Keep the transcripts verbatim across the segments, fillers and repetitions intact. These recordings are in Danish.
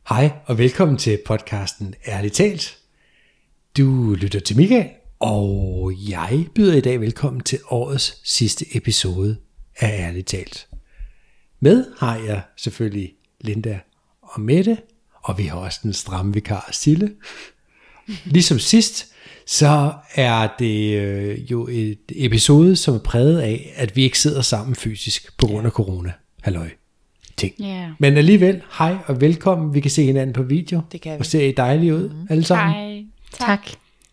Hej og velkommen til podcasten Ærligt Talt. Du lytter til Michael, og jeg byder i dag velkommen til årets sidste episode af Ærligt Talt. Med har jeg selvfølgelig Linda og Mette, og vi har også den stramme vikar Sille. Ligesom sidst, så er det øh, jo et episode, som er præget af, at vi ikke sidder sammen fysisk på grund af corona. Halløj. Ting. Yeah. Men alligevel, hej og velkommen. Vi kan se hinanden på video. Det kan vi. Og ser I dejlige ud, mm. alle sammen. Hej. Tak.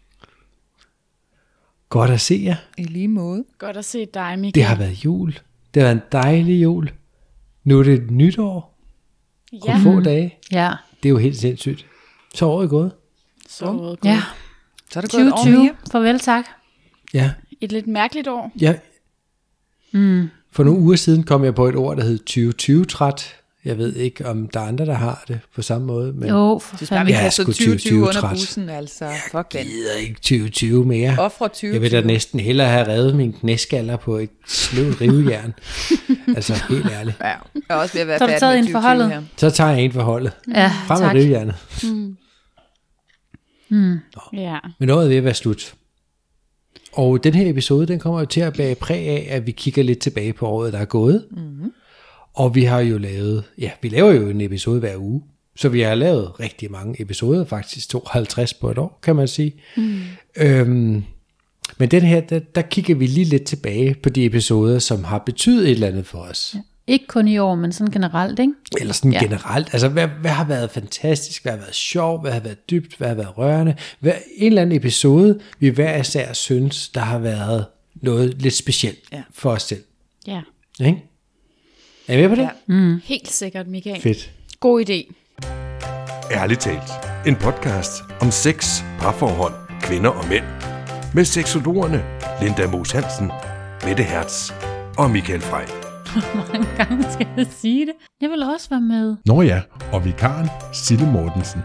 Godt at se jer. I lige måde. Godt at se dig, Michael. Det har været jul. Det har været en dejlig jul. Nu er det et nytår. Ja. Om få dage. Ja. Det er jo helt sindssygt. Så året er gået. Så året er gået. Ja. Så er det gået tyve tyve. mere. Farvel, tak. Ja. Et lidt mærkeligt år. Ja. Mm. For nogle uger siden kom jeg på et ord, der hed tyve tyve-træt. Jeg ved ikke, om der er andre, der har det på samme måde. Men Jo, for fanden. Vi jeg er kaster sgu tyve tyve under træt. bussen, altså. Jeg Fuck den. gider ikke tyve tyve mere. Offre tyve tyve. Jeg vil da næsten hellere have revet min knæskaller på et sløvt rivejern. Altså, helt ærligt. Ja, jeg er også ved at være Så har du færdig taget med en tyve for tyve holdet? her. Så tager jeg en for holdet. Ja, Frem tak. med rivjernet. Mm. Mm. Ja. Men året er ved at være slut. Og den her episode, den kommer jo til at bære præg af, at vi kigger lidt tilbage på året, der er gået. Mm-hmm. Og vi har jo lavet, ja, vi laver jo en episode hver uge. Så vi har lavet rigtig mange episoder, faktisk tooghalvtreds på et år, kan man sige. Mm. Øhm, men den her, der, der kigger vi lige lidt tilbage på de episoder, som har betydet et eller andet for os. Ja. Ikke kun i år, men sådan generelt, ikke? Eller sådan Ja. generelt. Altså, hvad, hvad har været fantastisk? Hvad har været sjovt? Hvad har været dybt? Hvad har været rørende? Hvad, en eller anden episode, vi hver især synes, der har været noget lidt specielt Ja. for os selv. Ja. Ikke? Er I med på det? Ja. Mm. Helt sikkert, Michael. Fedt. God idé. Ærligt talt. En podcast om sex, parforhold, kvinder og mænd. Med seksologerne Linda Moos Hansen, Mette Hertz og Michael Frey. Hvor mange gange skal jeg sige det? Jeg vil også være med. Nå ja, og vikaren Sille Mortensen.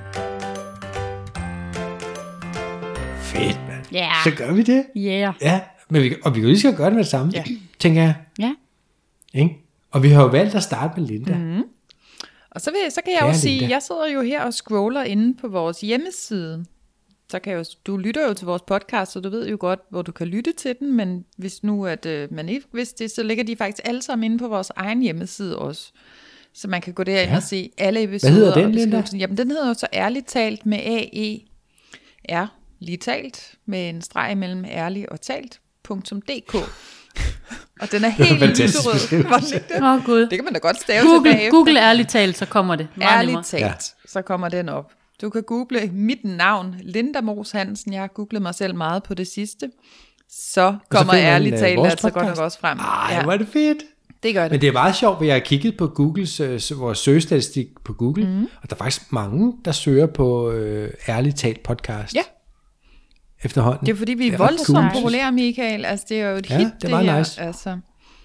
Fedt, mand. Ja. Så gør vi det. Yeah. Ja, men vi, og vi kan jo lige så godt gøre det med det samme, Ja. tænker jeg. Ja. Ikke? Og vi har jo valgt at starte med Linda. Mm. Og så, vil, så kan jeg Kære også sige, Linda. jeg sidder jo her og scroller inde på vores hjemmeside. Så kan jeg jo, du lytter jo til vores podcast, så du ved jo godt, hvor du kan lytte til den, men hvis nu at øh, man ikke vidste det, så ligger de faktisk alle sammen inde på vores egen hjemmeside også. Så man kan gå derind Ja. og se alle episoder. Hvad hedder den, og Linda? beskrivelsen. Jamen den hedder jo så Ærligt Talt med A E R, lige talt, med en streg imellem ærlig og talt, punktum d k. Og den er helt fantastisk lyserød. beskrivelse. Var den ikke det? Åh, oh, Gud. Det kan man da godt stave Google, tilbage. Google ærligt talt, så kommer det. Meget nemmere. Ærligt talt, Ja. ja. Så kommer den op. Du kan google mit navn, Linda Moos Hansen. Jeg har googlet mig selv meget på det sidste. Så kommer finder man, Ærligt øh, Talt vores altså godt nok podcast. også frem. Ej, Ja, hvor er det fedt. det gør det. Men det er meget sjovt, for jeg har kigget på Googles, øh, vores søgestatistik på Google, mm. og der er faktisk mange, der søger på øh, Ærligt Talt podcast. Ja. Efterhånden. Det er fordi, vi er, ret voldsomt cool. populære, Michael. Altså, det er jo et Ja, hit, det er det, meget her. nice. Altså.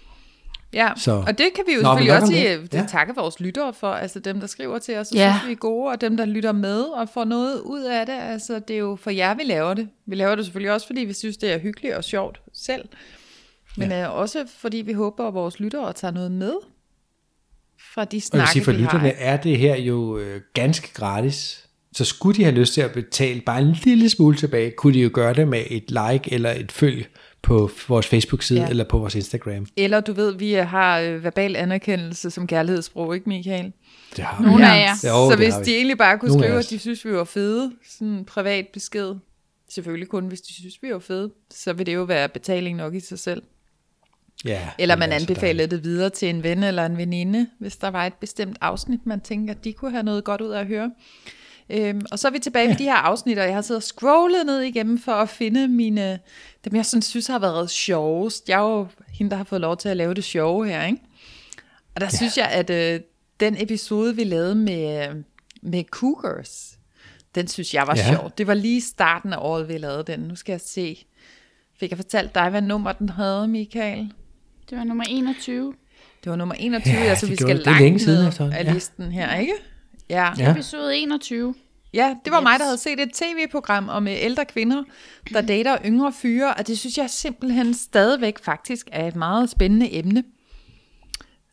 Ja, Så. og det kan vi jo Nå, men selvfølgelig nok også om sige, det. det Ja. takke vores lyttere for, altså dem, der skriver til os, og Ja. synes, vi er gode, og dem, der lytter med og får noget ud af det. Altså, det er jo for jer, vi laver det. Vi laver det selvfølgelig også, fordi vi synes, det er hyggeligt og sjovt selv. Men ja. også fordi vi håber, at vores lyttere tager noget med fra de Og jeg vil snakke, sige, for vi har. lytterne er det her jo øh, ganske gratis. Så skulle de have lyst til at betale bare en lille smule tilbage, kunne de jo gøre det med et like eller et følg på vores Facebook-side Ja. eller på vores Instagram. Eller du ved, vi har øh, verbal anerkendelse som kærlighedssprog, ikke Michael? Det har Nogle vi. af jer. Jo, så det hvis har vi. de egentlig bare kunne Nogle af skrive, os. at de synes, vi var fede, sådan en privat besked, selvfølgelig kun, hvis de synes, vi var fede, så vil det jo være betaling nok i sig selv. Ja, Eller det man er så anbefalede dejligt. det videre til en ven eller en veninde, hvis der var et bestemt afsnit, man tænker, at de kunne have noget godt ud af at høre. Øhm, og så er vi tilbage ja. ved de her afsnit, og jeg har siddet og scrollet ned igennem for at finde mine, dem jeg sådan synes har været sjovest. Jeg er jo hende, der har fået lov til at lave det sjove her, ikke? Og der ja. synes jeg, at øh, den episode, vi lavede med, med Cougars, den synes jeg var Ja. sjov. Det var lige starten af året, vi lavede den. Nu skal jeg se. Fik jeg fortalt dig, hvad nummer den havde, Michael? Det var nummer enogtyve. Det var nummer enogtyve, Ja, altså det vi gjorde skal det. Det er længe langt siden ned efterhånden, af ja. listen her, ikke? Ja. Ja. Episode enogtyve. Ja, det var Yes. mig, der havde set et tv-program om øh, ældre kvinder, der dater yngre fyre, og det synes jeg simpelthen stadigvæk faktisk er et meget spændende emne.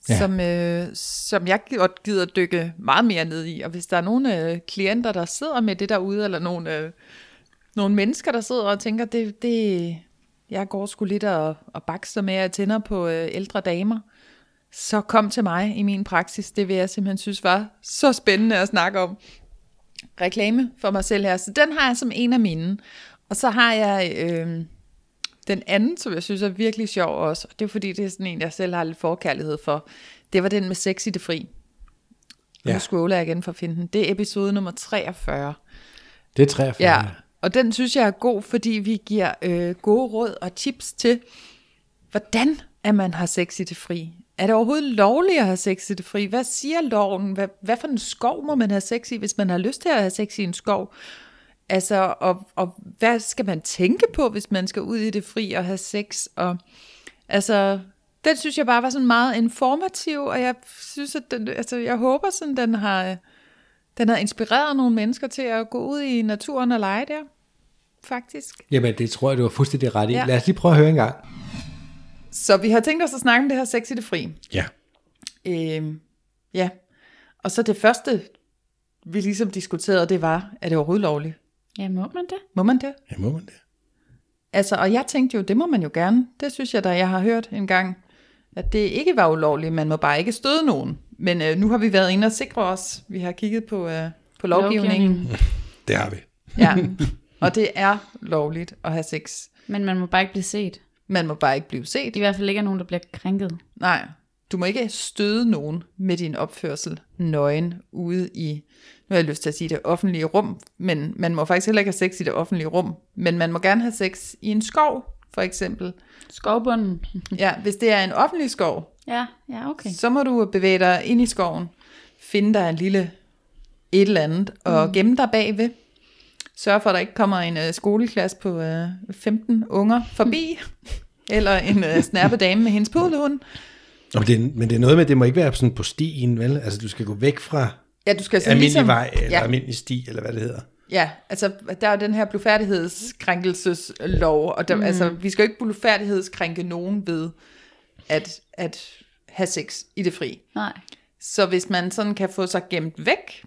ja. som, øh, som jeg godt gider dykke meget mere ned i. Og hvis der er nogle øh, klienter, der sidder med det derude, eller nogle, øh, nogle mennesker, der sidder og tænker, det, det jeg går sgu lidt og, og bakser med at tænder på øh, ældre damer, så kom til mig i min praksis. Det vil jeg simpelthen synes var så spændende at snakke om. Reklame for mig selv her. Så den har jeg som en af mine. Og så har jeg øh, den anden, som jeg synes er virkelig sjov også. Og det er fordi, det er sådan en, jeg selv har lidt forkærlighed for. Det var den med sex i det fri. Ja. Nu scroller jeg igen for at finde den. Det er episode nummer treogfyrre. Det er treogfyrre. Ja, og den synes jeg er god, fordi vi giver øh, gode råd og tips til, hvordan at man har sex i det fri. Er det overhovedet lovligt at have sex i det fri? Hvad siger loven? Hvad, hvad for en skov må man have sex i, hvis man har lyst til at have sex i en skov? Altså, og, og hvad skal man tænke på, hvis man skal ud i det fri og have sex? Og, altså, den synes jeg bare var sådan meget informativ, og jeg synes, at den, altså, jeg håber sådan, den har, den har inspireret nogle mennesker til at gå ud i naturen og lege der, faktisk. Jamen, det tror jeg, du har fuldstændig ret i. Ja. Lad os lige prøve at høre en gang. Så vi har tænkt os at snakke om det her sex i det fri. Ja. Øhm, ja. Og så det første, vi ligesom diskuterede, det var, er det overhovedet lovligt? Ja, må man det? Må man det? Ja, må man det. Altså, og jeg tænkte jo, det må man jo gerne. Det synes jeg da, jeg har hørt en gang, at det ikke var ulovligt. Man må bare ikke støde nogen. Men øh, nu har vi været inde og sikre os. Vi har kigget på, øh, på lovgivningen. Lovgivning. Det har vi. Ja, og det er lovligt at have sex. Men man må bare ikke blive set. Man må bare ikke blive set. I hvert fald ikke er nogen, der bliver krænket. Nej, du må ikke støde nogen med din opførsel nøgen ude i, nu har jeg lyst til at sige det offentlige rum, men man må faktisk heller ikke have sex i det offentlige rum, men man må gerne have sex i en skov, for eksempel. Skovbunden. Ja, hvis det er en offentlig skov, Ja, ja, okay. så må du bevæge dig ind i skoven, finde dig en lille et eller andet, og mm. gemme dig bagved. Sørg for, at der ikke kommer en uh, skoleklasse på uh, femten unger forbi, eller en uh, snærpe dame med hendes pudelhund. Men det, er, men det er noget med, det må ikke være sådan på stien, vel? Altså, du skal gå væk fra Ja, du skal så almindelig ligesom, vej, eller ja, almindelig sti, eller hvad det hedder. ja, altså der er jo den her blufærdighedskrænkelsslov, og der, mm. altså, vi skal jo ikke blufærdighedskrænke nogen ved at, at have sex i det fri. Nej. Så hvis man sådan kan få sig gemt væk,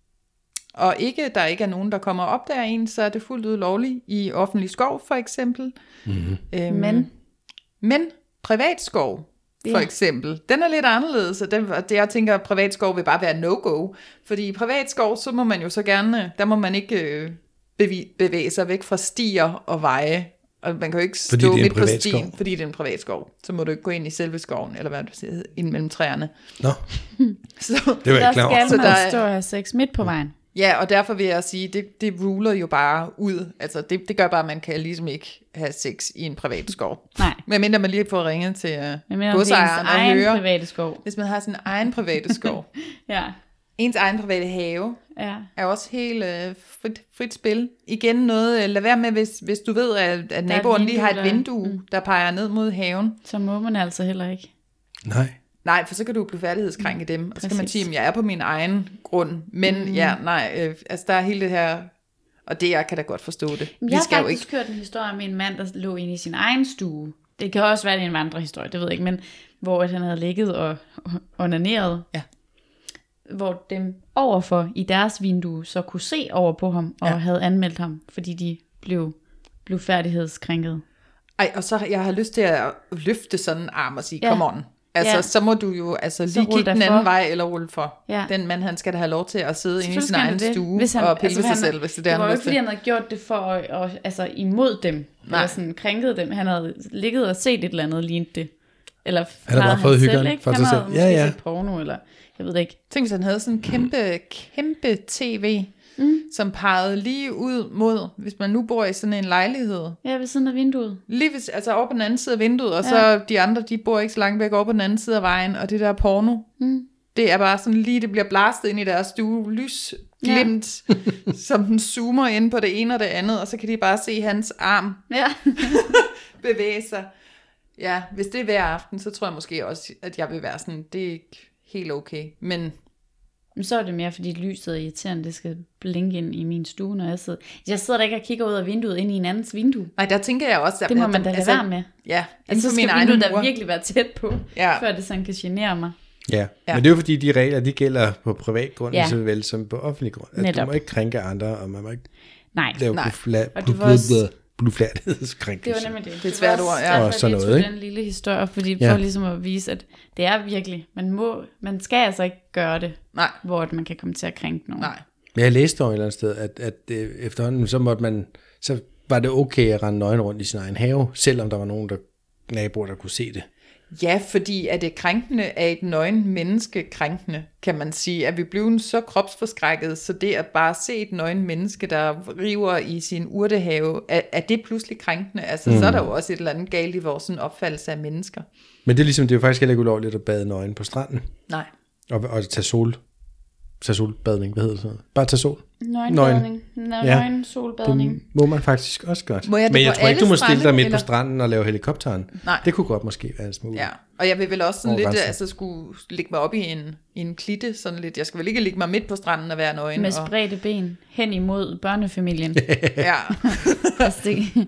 og ikke der ikke er nogen, der kommer op der en, så er det fuldt ud lovligt i offentlig skov, for eksempel. Mm-hmm. Øhm, Men? Men privat skov, for Ja. eksempel, den er lidt anderledes, og den, og det jeg tænker, at privat skov vil bare være no-go. Fordi i privat skov, så må man jo så gerne, der må man ikke øh, bevi- bevæge sig væk fra stier og veje. Og man kan jo ikke Fordi stå det er en midt på privat stien, skov. fordi det er en privat skov. Så må du ikke gå ind i selve skoven, eller hvad du siger, ind mellem træerne. Nå, Så, det var Der jeg klar over. skal Så man der er- stå og have sex midt på vejen. ja, og derfor vil jeg sige, det, det ruler jo bare ud. Altså, det, det gør bare, at man kan ligesom ikke have sex i en privat skov. Nej. Men mindre man lige får ringet til uh, Men mener, det er ens godsejeren og egen høre, private skov. hvis man har sin egen private skov. Ja. Ens egen private have Ja. er også helt uh, frit, frit spil. Igen noget, uh, lad være med, hvis, hvis du ved, at, at naboen lige har et vindue, vindue, der- der, der peger ned mod haven. Så må man altså heller ikke. Nej. Nej, for så kan du blive færdighedskrænke dem. Og så kan man Præcis. sige, at jeg er på min egen grund. Men mm. ja, nej, øh, altså der er hele det her, og det jeg kan da godt forstå det. Jeg Vi har skal jo faktisk ikke. hørt en historie om en mand, der lå inde i sin egen stue. Det kan også være, det er en vandrehistorie, det ved jeg ikke, men hvor at han havde ligget og og onaneret. Ja. Hvor dem overfor i deres vindue så kunne se over på ham og Ja. havde anmeldt ham, fordi de blev, blev færdighedskrænket. Ej, og så jeg har lyst til at løfte sådan en arm og sige, Ja. come on. Altså, Ja. så må du jo altså Så lige rul kigge da den anden for. vej, eller rulle for. Ja. Den mand, han skal da have lov til at sidde inde i Selvfølgelig sin skal han egen det. stue Hvis han- og pille altså, sig han- selv, hvis det er Det det, var han jo har ikke, lyst fordi til. han havde gjort det for at, at, altså, imod dem, Nej. eller sådan krænket dem. Han havde ligget og set et eller andet, lignede det. Eller Han havde bare klarede fået selv, hyggeren ikke? for Han sig havde selv. måske Ja, ja. set porno, eller jeg ved det ikke. Tænk, hvis han havde sådan en kæmpe, kæmpe tv, Mm. som pegede lige ud mod, hvis man nu bor i sådan en lejlighed. Ja, ved siden af vinduet. Lige ved, altså over på den anden side af vinduet, og Ja. så de andre, de bor ikke så langt væk over på den anden side af vejen, og det der porno, Mm. det er bare sådan lige, det bliver blastet ind i deres stue, lys, glimt, ja. som den zoomer ind på det ene og det andet, og så kan de bare se hans arm Ja. bevæge sig. Ja, hvis det er hver aften, så tror jeg måske også, at jeg vil være sådan, det er ikke helt okay, men Men så er det mere, fordi lyset er irriterende, det skal blinke ind i min stue, når jeg sidder. Jeg sidder da ikke og kigger ud af vinduet ind i en andens vindue. nej, der tænker jeg også, at Det må man da lade være med. Ja, Altså, så inden for skal min egen vinduet da mure. virkelig være tæt på, Ja. før det sådan kan genere mig. Ja. Ja. ja, men det er jo fordi, de regler, de gælder på privat grund, Ja. ja. så vel som på offentlig grund. Altså, du Netop. må ikke krænke andre, og man må ikke Nej, lave Nej. Og det var også- blufla- det blufærdighedskrænkelse. var nemlig det. Det er et svært var også ord, ja. derfor, Og sådan vi noget, tog ikke? den lille historie, fordi Ja. for ligesom at vise, at det er virkelig, man må, man skal altså ikke gøre det, Nej, hvor at man kan komme til at krænke nogen. nej. Men jeg læste dog et eller andet sted, at, at øh, efterhånden, så måtte man, så var det okay at rende nøgen rundt i sin egen have, selvom der var nogen, der naboer, der kunne se det. Ja, fordi er det krænkende af et nøgen menneske krænkende, kan man sige, at vi blev så kropsforskrækket, så det at bare se et nøgen menneske, der river i sin urtehave, er, er det pludselig krænkende? Altså, mm. så er der jo også et eller andet galt i vores sådan, opfattelse af mennesker. Men det er ligesom, det er jo faktisk heller ikke ulovligt at bade nøgen på stranden, Nej. og, og tage sol, tage solbadning, hvad hedder det sådan noget? Bare tage sol. Nøgenbadning. Nøgen, Ja. nøgen solbadning. Det må man faktisk også godt. Må jeg det Men jeg på tror ikke, alle du må stille dig strande, midt eller? på stranden og lave helikopteren. Nej. Det kunne godt måske være en smule. Ja, og jeg vil vel også sådan Over lidt, grænsen. altså skulle ligge mig op i en, i en klitte, sådan lidt, jeg skal vel ikke ligge mig midt på stranden og være nøgen. Med og, spredte ben hen imod børnefamilien. ja, altså, det,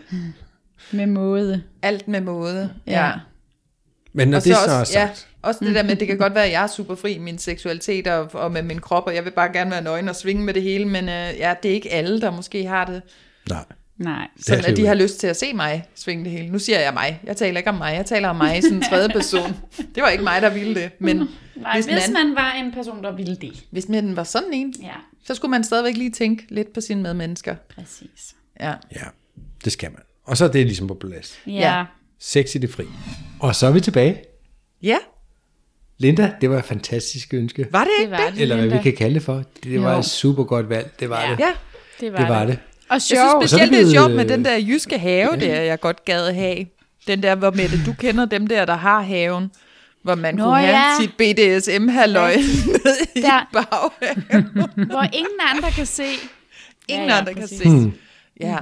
med måde. alt med måde. Ja. Ja. Men når Og det så så er også, ja, sagt, også det der med, at det kan godt være, at jeg er super fri i min seksualitet og, og med min krop, og jeg vil bare gerne være nøgen og svinge med det hele, men øh, ja, det er ikke alle, der måske har det, nej. Nej. sådan det at de jo har ikke. lyst til at se mig svinge det hele. Nu siger jeg mig, jeg taler ikke om mig, jeg taler om mig i sådan en tredje person. Det var ikke mig, der ville det, men Nej, hvis, hvis, hvis, man, man, man var en person, der ville det. hvis man var sådan en, Ja, så skulle man stadigvæk lige tænke lidt på sine medmennesker. præcis. Ja. Ja, det skal man. Og så er det ligesom på plads. Ja. Ja. Sex i det fri. Og så er vi tilbage. Ja, Linda, det var et fantastisk ønske. var det Det ikke var det? det, Eller hvad Linda. vi kan kalde det for. Det var Jo. et super godt valg. Det var Ja. det. Ja, Det var Det var det. jeg Og synes sjovt. Og så er specielt, det det er sjovt blevet- med den der jyske have, der jeg godt gad have. Den der, hvor Mette, du kender dem der, der har haven, hvor man Nå, kunne have ja. sit B D S M-halløj ned i Der. baghaven. Hvor ingen andre kan se. Ingen Ja, ja, andre kan præcis. se. Hmm. Ja.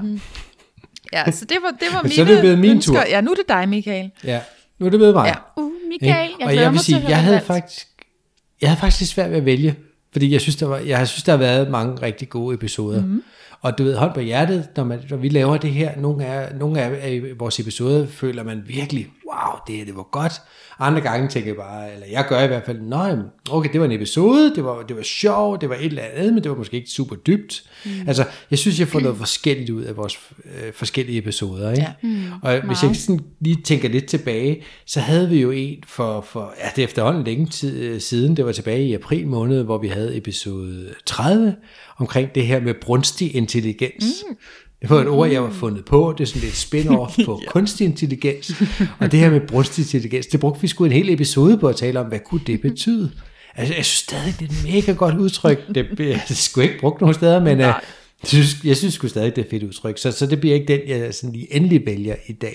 Ja, så det var, det var Men mine så er det blevet min ønsker. tur. Ja, nu er det dig, Michael. Ja, nu er det blevet mig. Ja. Uh, Michael, Ikke? jeg Og glæder jeg vil mig sige, til at jeg høre havde valgt. faktisk, jeg havde faktisk svært ved at vælge, fordi jeg synes, der var, jeg synes, der har været mange rigtig gode episoder. Mm. Og du ved, hånd på hjertet, når, man, når vi laver det her, nogle af, nogle af af vores episoder, føler man virkelig, wow, det her, det var godt. Andre gange tænker jeg bare, eller jeg gør i hvert fald, nej, okay, det var en episode, det var, det var sjovt, det var et eller andet, men det var måske ikke super dybt. Mm. Altså, jeg synes, jeg får noget forskelligt ud af vores øh, forskellige episoder. Ikke? Ja. Mm. Og hvis jeg sådan lige tænker lidt tilbage, så havde vi jo en for, for ja, det er efterhånden længe tid øh, siden, det var tilbage i april måned, hvor vi havde episode tredive, omkring det her med brunstig intelligens. Mm. Det var et ord, jeg var fundet på. Det er sådan lidt spin-off på ja. kunstig intelligens. Og det her med brunstig intelligens, det brugte vi sgu en hel episode på at tale om, hvad kunne det betyde? Altså, jeg synes stadig, det er et mega godt udtryk. Det, det skulle ikke brugt nogen steder, men uh, jeg synes, jeg synes sgu stadig, det er et fedt udtryk. Så, så det bliver ikke den, jeg sådan lige endelig vælger i dag.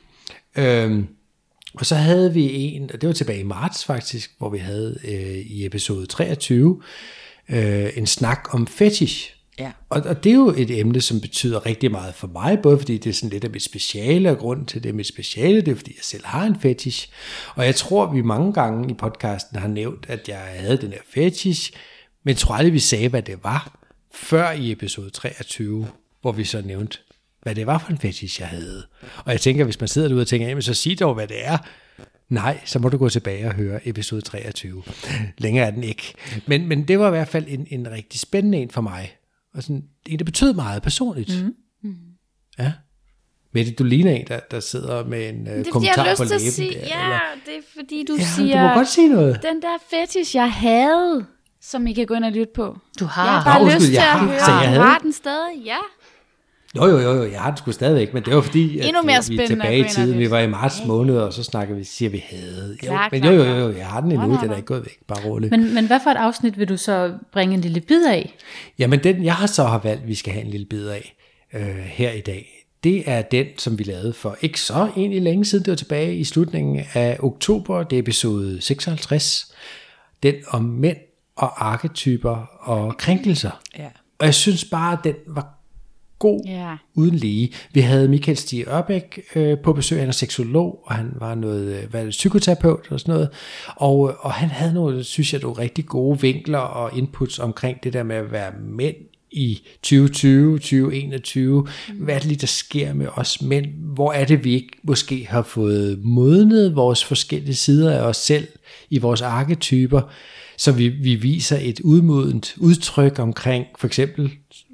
Øhm, og så havde vi en, og det var tilbage i marts faktisk, hvor vi havde øh, i episode treogtyve øh, en snak om fetish. Ja. Og, og det er jo et emne, som betyder rigtig meget for mig, både fordi det er sådan lidt af mit speciale, og grunden til det er mit speciale, det er fordi jeg selv har en fetish. Og jeg tror, vi mange gange i podcasten har nævnt, at jeg havde den her fetish, men jeg tror aldrig, vi sagde, hvad det var, før i episode treogtyve, hvor vi så nævnte, hvad det var for en fetish, jeg havde. Og jeg tænker, hvis man sidder derude og tænker, jamen så sig dog, hvad det er. Nej, så må du gå tilbage og høre episode treogtyve. Længere er den ikke. Men, men det var i hvert fald en, en rigtig spændende en for mig. Og sådan, en, der betød meget personligt. Mm. Ja. Mette, du ligner en, der, der sidder med en uh, Det er, kommentar jeg på har lyst til læben. at sige, der, ja, eller, det er fordi, du ja, siger, du må godt sige noget. den der fetish, jeg havde, som I kan gå ind og lytte på. Du har. Jeg har bare Nå, lyst undskyld, til jeg at har. høre, Så jeg du havde? har den stadig, ja. Jo, jo, jo, jo, jeg har den sgu stadigvæk, men det var fordi, at Endnu mere vi er spændende tilbage at i gå ind og tiden. Vi lytte. var i marts måned, og så snakker vi, siger vi havde. Jo, Klar, men klar, jo, jo, klar. jo, jeg har den endnu, Nå, nå, den er nå. ikke gået væk, bare roligt. Men, men hvad for et afsnit vil du så bringe en lille bid af? Jamen den, jeg har så har valgt, vi skal have en lille bid af øh, her i dag, det er den, som vi lavede for ikke så egentlig længe siden. Det var tilbage i slutningen af oktober, det er episode seksoghalvtreds. Den om mænd og arketyper og krænkelser. Ja. Og jeg synes bare, at den var god Ja. uden lige. Vi havde Michael Stig Ørbæk øh, på besøg, han er seksolog, og han var noget, øh, hvad er det, psykoterapeut og sådan noget, og, og han havde nogle, synes jeg, nogle rigtig gode vinkler og inputs omkring det der med at være mænd i tyve tyve, tyve enogtyve. Hvad er det lige, der sker med os mænd? Hvor er det, vi ikke måske har fået modnet vores forskellige sider af os selv i vores arketyper, så vi, vi viser et udmodent udtryk omkring, for eksempel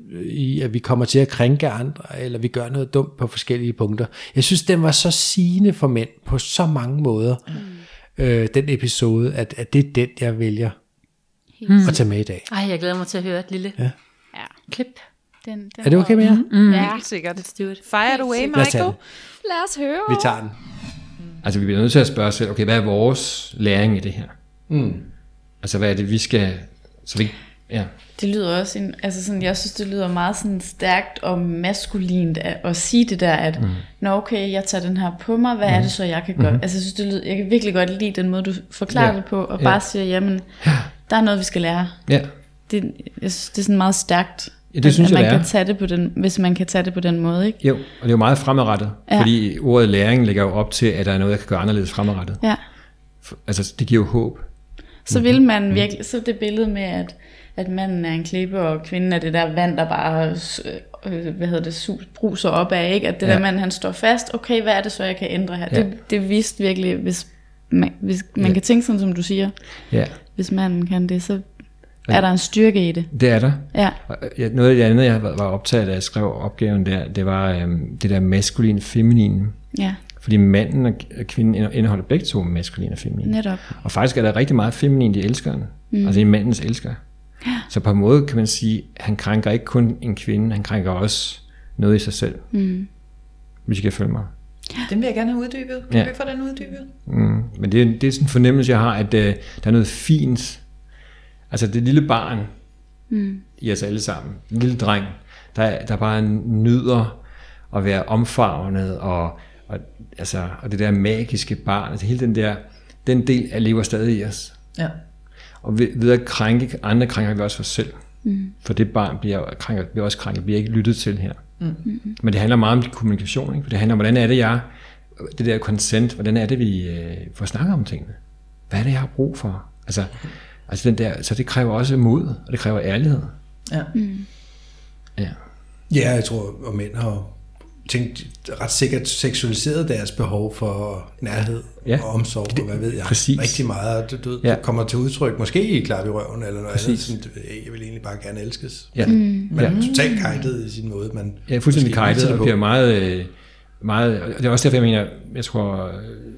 i, at vi kommer til at krænke andre, eller vi gør noget dumt på forskellige punkter. Jeg synes, den var så sigende for mænd på så mange måder, mm. øh, den episode, at, at det er den, jeg vælger mm. at tage med i dag. Ej, jeg glæder mig til at høre et lille ja. Ja. klip. Den, den er det okay med jer? Mm. Ja, helt sikkert. Let's do it. Fire it away, Lad os Michael. tage den. Lad os høre. Vi tager den. Altså, vi bliver nødt til at spørge os selv, okay, hvad er vores læring i det her? Mm. Altså, hvad er det, vi skal... Så vi, ja. Det lyder også, en, altså sådan, jeg synes, det lyder meget sådan stærkt og maskulint at, at sige det der, at mm. nå okay, jeg tager den her på mig, hvad mm. er det så, jeg kan gøre? Mm. Altså, jeg synes, det lyder, jeg kan virkelig godt lide den måde, du forklarer ja. det på, og ja. bare siger, jamen, der er noget, vi skal lære. Ja. Det, jeg synes, det er sådan meget stærkt, ja, det synes at, jeg, at man det er. kan tage det på den, hvis man kan tage det på den måde, ikke? Jo, og det er jo meget fremadrettet, ja. fordi ordet læring lægger jo op til, at der er noget, jeg kan gøre anderledes fremadrettet. Ja. Altså, det giver jo håb. Så vil man virkelig, så det billede med, at, at manden er en klippe, og kvinden er det der vand, der bare, øh, hvad hedder det, sus, bruser op af, ikke? At det ja. der mand, han står fast, okay, hvad er det så, jeg kan ændre her? Ja. Det, det vist virkelig, hvis man, hvis man ja. kan tænke sådan, som du siger, ja. hvis manden kan det, så er der en styrke i det. Det er der. Ja. Noget af det andet, jeg var optaget af, da jeg skrev opgaven der, det var øhm, det der maskuline feminine. Ja. Fordi manden og kvinden indeholder begge to maskulin og feminin. Netop. Og faktisk er der rigtig meget feminin i elskeren. Mm. Altså i mandens elsker. Ja. Så på en måde kan man sige, at han krænker ikke kun en kvinde, han krænker også noget i sig selv. Mm. Hvis I kan følge mig. Den vil jeg gerne have uddybet. Kan ja. vi få den uddybet? Mm. Men det er, det er sådan en fornemmelse, jeg har, at uh, der er noget fint. Altså det lille barn mm. i os alle sammen. En lille dreng, der, der bare nyder at være omfavnet og Og, altså, og det der magiske barn, altså hele den der, den del af lever stadig i os. Ja. Og ved, ved at krænke andre, krænker vi også for os selv. Mm. For det barn bliver, krænker, bliver også krænket, bliver ikke lyttet til her. Mm. Men det handler meget om kommunikation, ikke? For det handler om, hvordan er det jeg, det der consent, hvordan er det vi øh, får snakket om tingene? Hvad er det jeg har brug for? Altså, altså den der, så det kræver også mod, og det kræver ærlighed. Ja. Mm. Ja. Ja, jeg tror, at mænd har tænkt ret sikkert seksualiseret deres behov for nærhed ja. og omsorg, og hvad ved jeg. Præcis. Rigtig meget. Du, du, ja. Det kommer til udtryk, måske i klap i røven, eller noget Præcis. andet, sådan, jeg vil egentlig bare gerne elskes. Ja. Mm. Man er ja. totalt kajtet i sin måde. Man ja, fuldstændig kajtet, og bliver meget, meget, og det er også derfor, jeg mener, jeg tror,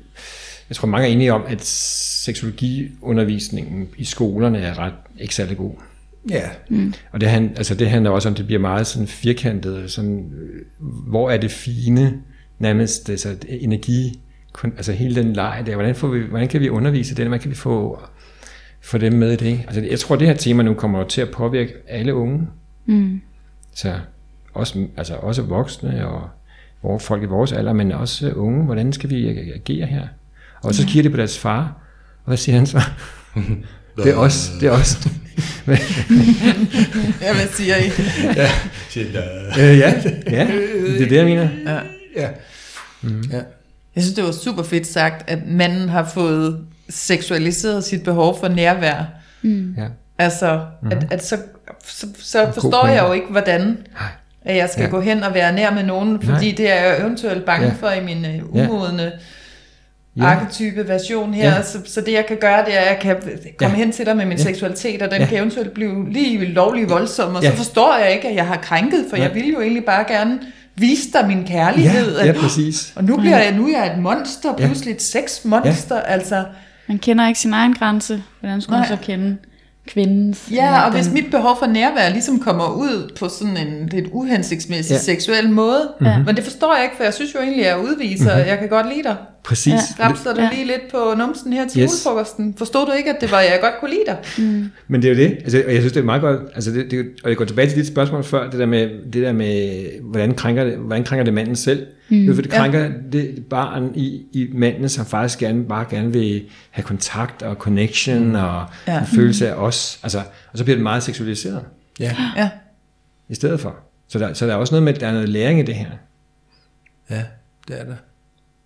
jeg tror mange er enige om, at seksologiundervisningen i skolerne er ret ikke særlig god. Ja. Mm. Og det, han, altså det handler også om, det bliver meget sådan firkantet, sådan, hvor er det fine, nærmest altså energi, altså hele den leg der, hvordan, får vi, hvordan kan vi undervise det, hvordan kan vi få, få dem med i det? Altså jeg tror, det her tema nu kommer til at påvirke alle unge, mm. så også, altså også voksne og folk i vores alder, men også unge, hvordan skal vi agere her? Og så kigger de på deres far, og hvad siger han så? Det er os, det er os. Ja, hvad siger I? Ja, øh, ja, ja, det er det, jeg mener. Ja. Ja. Mm. Ja. Jeg synes, det var super fedt sagt, at manden har fået seksualiseret sit behov for nærvær. Mm. Ja. Altså, mm. at, at så, så, så forstår jeg jo ikke, hvordan at jeg skal ja. gå hen og være nær med nogen, fordi Nej. det er jeg eventuelt bange ja. for i min uh, umodne ja. arketype version her, ja. så, så det jeg kan gøre, det er, at jeg kan komme ja. hen til dig med min ja. seksualitet, og den ja. kan eventuelt blive lige lovlig voldsom, og ja. så forstår jeg ikke, at jeg har krænket, for ja. jeg vil jo egentlig bare gerne vise dig min kærlighed. Ja, ja præcis. Og nu bliver jeg, nu er jeg et monster, pludselig et sexmonster, ja. altså. Man kender ikke sin egen grænse, hvordan skulle man så kende kvindens? Ja, og den... hvis mit behov for nærvær ligesom kommer ud på sådan en lidt uhensigtsmæssig ja. seksuel måde, mm-hmm. men det forstår jeg ikke, for jeg synes jo egentlig, at jeg udviser, mm-hmm. jeg kan godt lide dig. Præcis. Ja. Rapser du ja. lige lidt på numsen her til yes. julefrokosten? Forstod du ikke, at det var, jeg godt kunne lide dig? Mm. Men det er jo det, altså, og jeg synes, det er meget godt, altså det, det, og jeg går tilbage til dit spørgsmål før, det der med, det der med hvordan, krænker det, hvordan krænker det manden selv? Mm. Det, for det krænker ja. det barn i, i manden, som faktisk gerne, bare gerne vil have kontakt og connection mm. og ja. en følelse af os, altså, og så bliver det meget seksualiseret. Ja. ja. I stedet for. Så der, så der er også noget med, at der er noget læring i det her. Ja, det er der.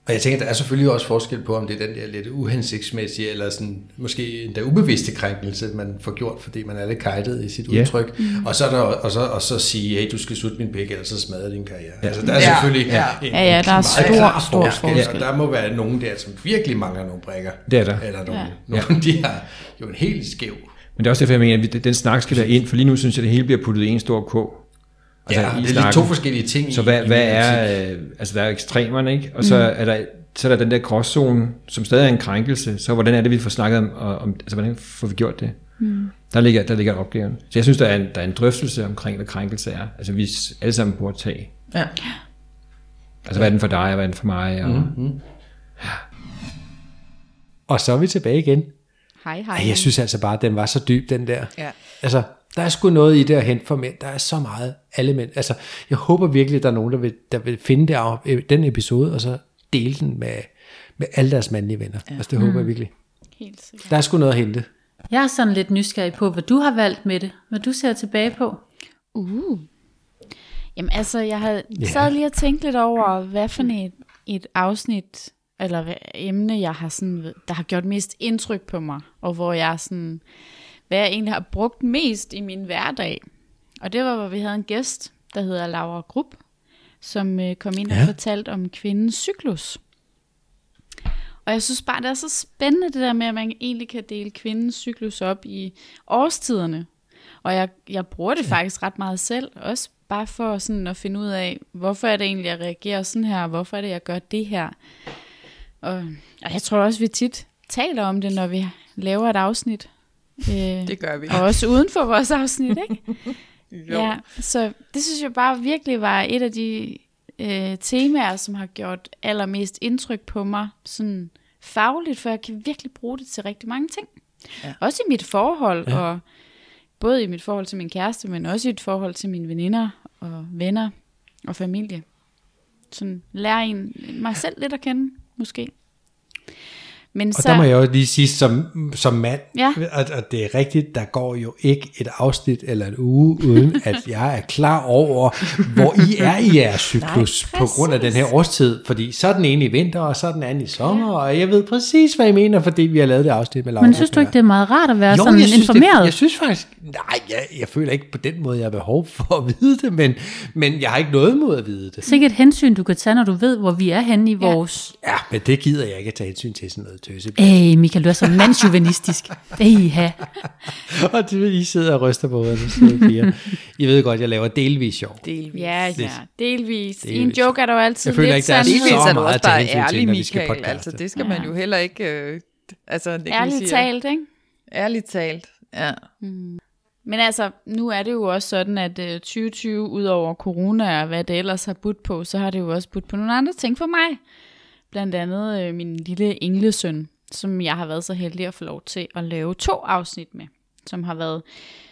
Og jeg tænker, der er selvfølgelig også forskel på, om det er den der lidt uhensigtsmæssige, eller sådan, måske endda ubevidste krænkelse, man får gjort, fordi man er lidt kajtet i sit Ja. udtryk. Mm. Og, så er der, og, så, og så sige, hey, du skal slutte min pæk, ellers så smadrer din karriere. Ja. Altså, der er Ja. selvfølgelig Ja. en, Ja, ja, en der er meget stor, klar stor forskel, forskel. og der må være nogen der, som virkelig mangler nogle brækker. Det er der. Eller nogle, Ja. nogle de har jo en helt skæv. Men det er også derfor, jeg mener, at vi- den snak skal være ind, for lige nu synes jeg, at det hele bliver puttet i en stor kog. Altså, ja, i det er lidt snakken. to forskellige ting. Så i- hvad, i hvad min er, optik. øh, altså der er ekstremerne, ikke? Og så, mm. er der, så er der den der gråzone, som stadig er en krænkelse. Så hvordan er det, vi får snakket om, om altså hvordan får vi gjort det? Mm. Der ligger, der ligger opgaven. Så jeg synes, der er en, der er en drøftelse omkring, hvad krænkelse er. Altså vi alle sammen burde tage. Ja. Altså hvad er den for dig, og hvad er den for mig? Og, Mm-hmm. Og så er vi tilbage igen. Hej, hej. Ej, jeg synes altså bare, at den var så dyb, den der. Ja. Altså, der er sgu noget i det at hente for mænd. Der er så meget alle mænd. Altså, jeg håber virkelig, at der er nogen, der vil, der vil finde det af, den episode, og så dele den med, med alle deres mandlige venner. Ja. Altså, det håber jeg virkelig. Helt sikkert. Der er sgu noget at hente. Jeg er sådan lidt nysgerrig på, hvad du har valgt med det. Hvad du ser tilbage på. Uh. Jamen altså, jeg har Ja. sad lige og tænkt lidt over, hvad for et, et afsnit, eller hvad emne, jeg har sådan, der har gjort mest indtryk på mig, og hvor jeg sådan, hvad jeg egentlig har brugt mest i min hverdag. Og det var, hvor vi havde en gæst, der hedder Laura Grupp, som øh, kom ind og Ja. fortalte om kvindens cyklus. Og jeg synes bare, det er så spændende det der med, at man egentlig kan dele kvindens cyklus op i årstiderne. Og jeg, jeg bruger det faktisk ret meget selv, også bare for sådan at finde ud af, hvorfor er det egentlig, jeg reagerer sådan her, og hvorfor er det, jeg gør det her. Og, og jeg tror også, vi tit taler om det, når vi laver et afsnit. Øh, Det gør vi. og også uden for vores afsnit, ikke? Jo. Ja, så det synes jeg bare virkelig var et af de øh, temaer, som har gjort allermest indtryk på mig, sådan fagligt, for jeg kan virkelig bruge det til rigtig mange ting. Ja. Også i mit forhold, ja. og både i mit forhold til min kæreste, men også i et forhold til mine veninder og venner og familie. Sådan lære en, mig selv lidt at kende, måske. Men Og så, der må jeg jo lige sige, som, som mand, Ja. at, at det er rigtigt, der går jo ikke et afsnit eller en uge, uden at jeg er klar over, hvor I er i jeres cyklus, Nej, på grund af den her årstid. Fordi så er den ene i vinter, og så er den anden i sommer, ja. Og jeg ved præcis, hvad I mener, fordi vi har lavet det afsnit med Laura. Men synes du ikke, det er meget rart at være Jo, sådan jeg synes, informeret? Det, jeg synes faktisk, nej, jeg, jeg føler ikke på den måde, jeg har behov for at vide det, men, men jeg har ikke noget imod at vide det. Sikkert et hensyn, du kan tage, når du ved, hvor vi er henne i vores... Ja, men det gider jeg ikke at tage hensyn til sådan noget tøse. Ej, Michael, du er så mandsjuvenistisk. Ej, Og det, I sidder og ryster på hovedet, så sidder fire. I ved godt, jeg laver delvis sjov. Delvis. ja, ja, delvis. Delvis. I en joke er der jo altid Jeg føler lidt ikke, der er sandhed. Delvis så er du meget også at tage bare hensyn til, ærlig, når vi skal Michael. podcaste. Altså, det skal Ja. man jo heller ikke... Øh, altså, det kan Ærligt sige, talt, ikke? Ærligt talt, ja. Men altså, nu er det jo også sådan, at øh, tyve tyve, ud over corona og hvad det ellers har budt på, så har det jo også budt på nogle andre ting for mig. Blandt andet øh, min lille englesøn, som jeg har været så heldig at få lov til at lave to afsnit med, som har været...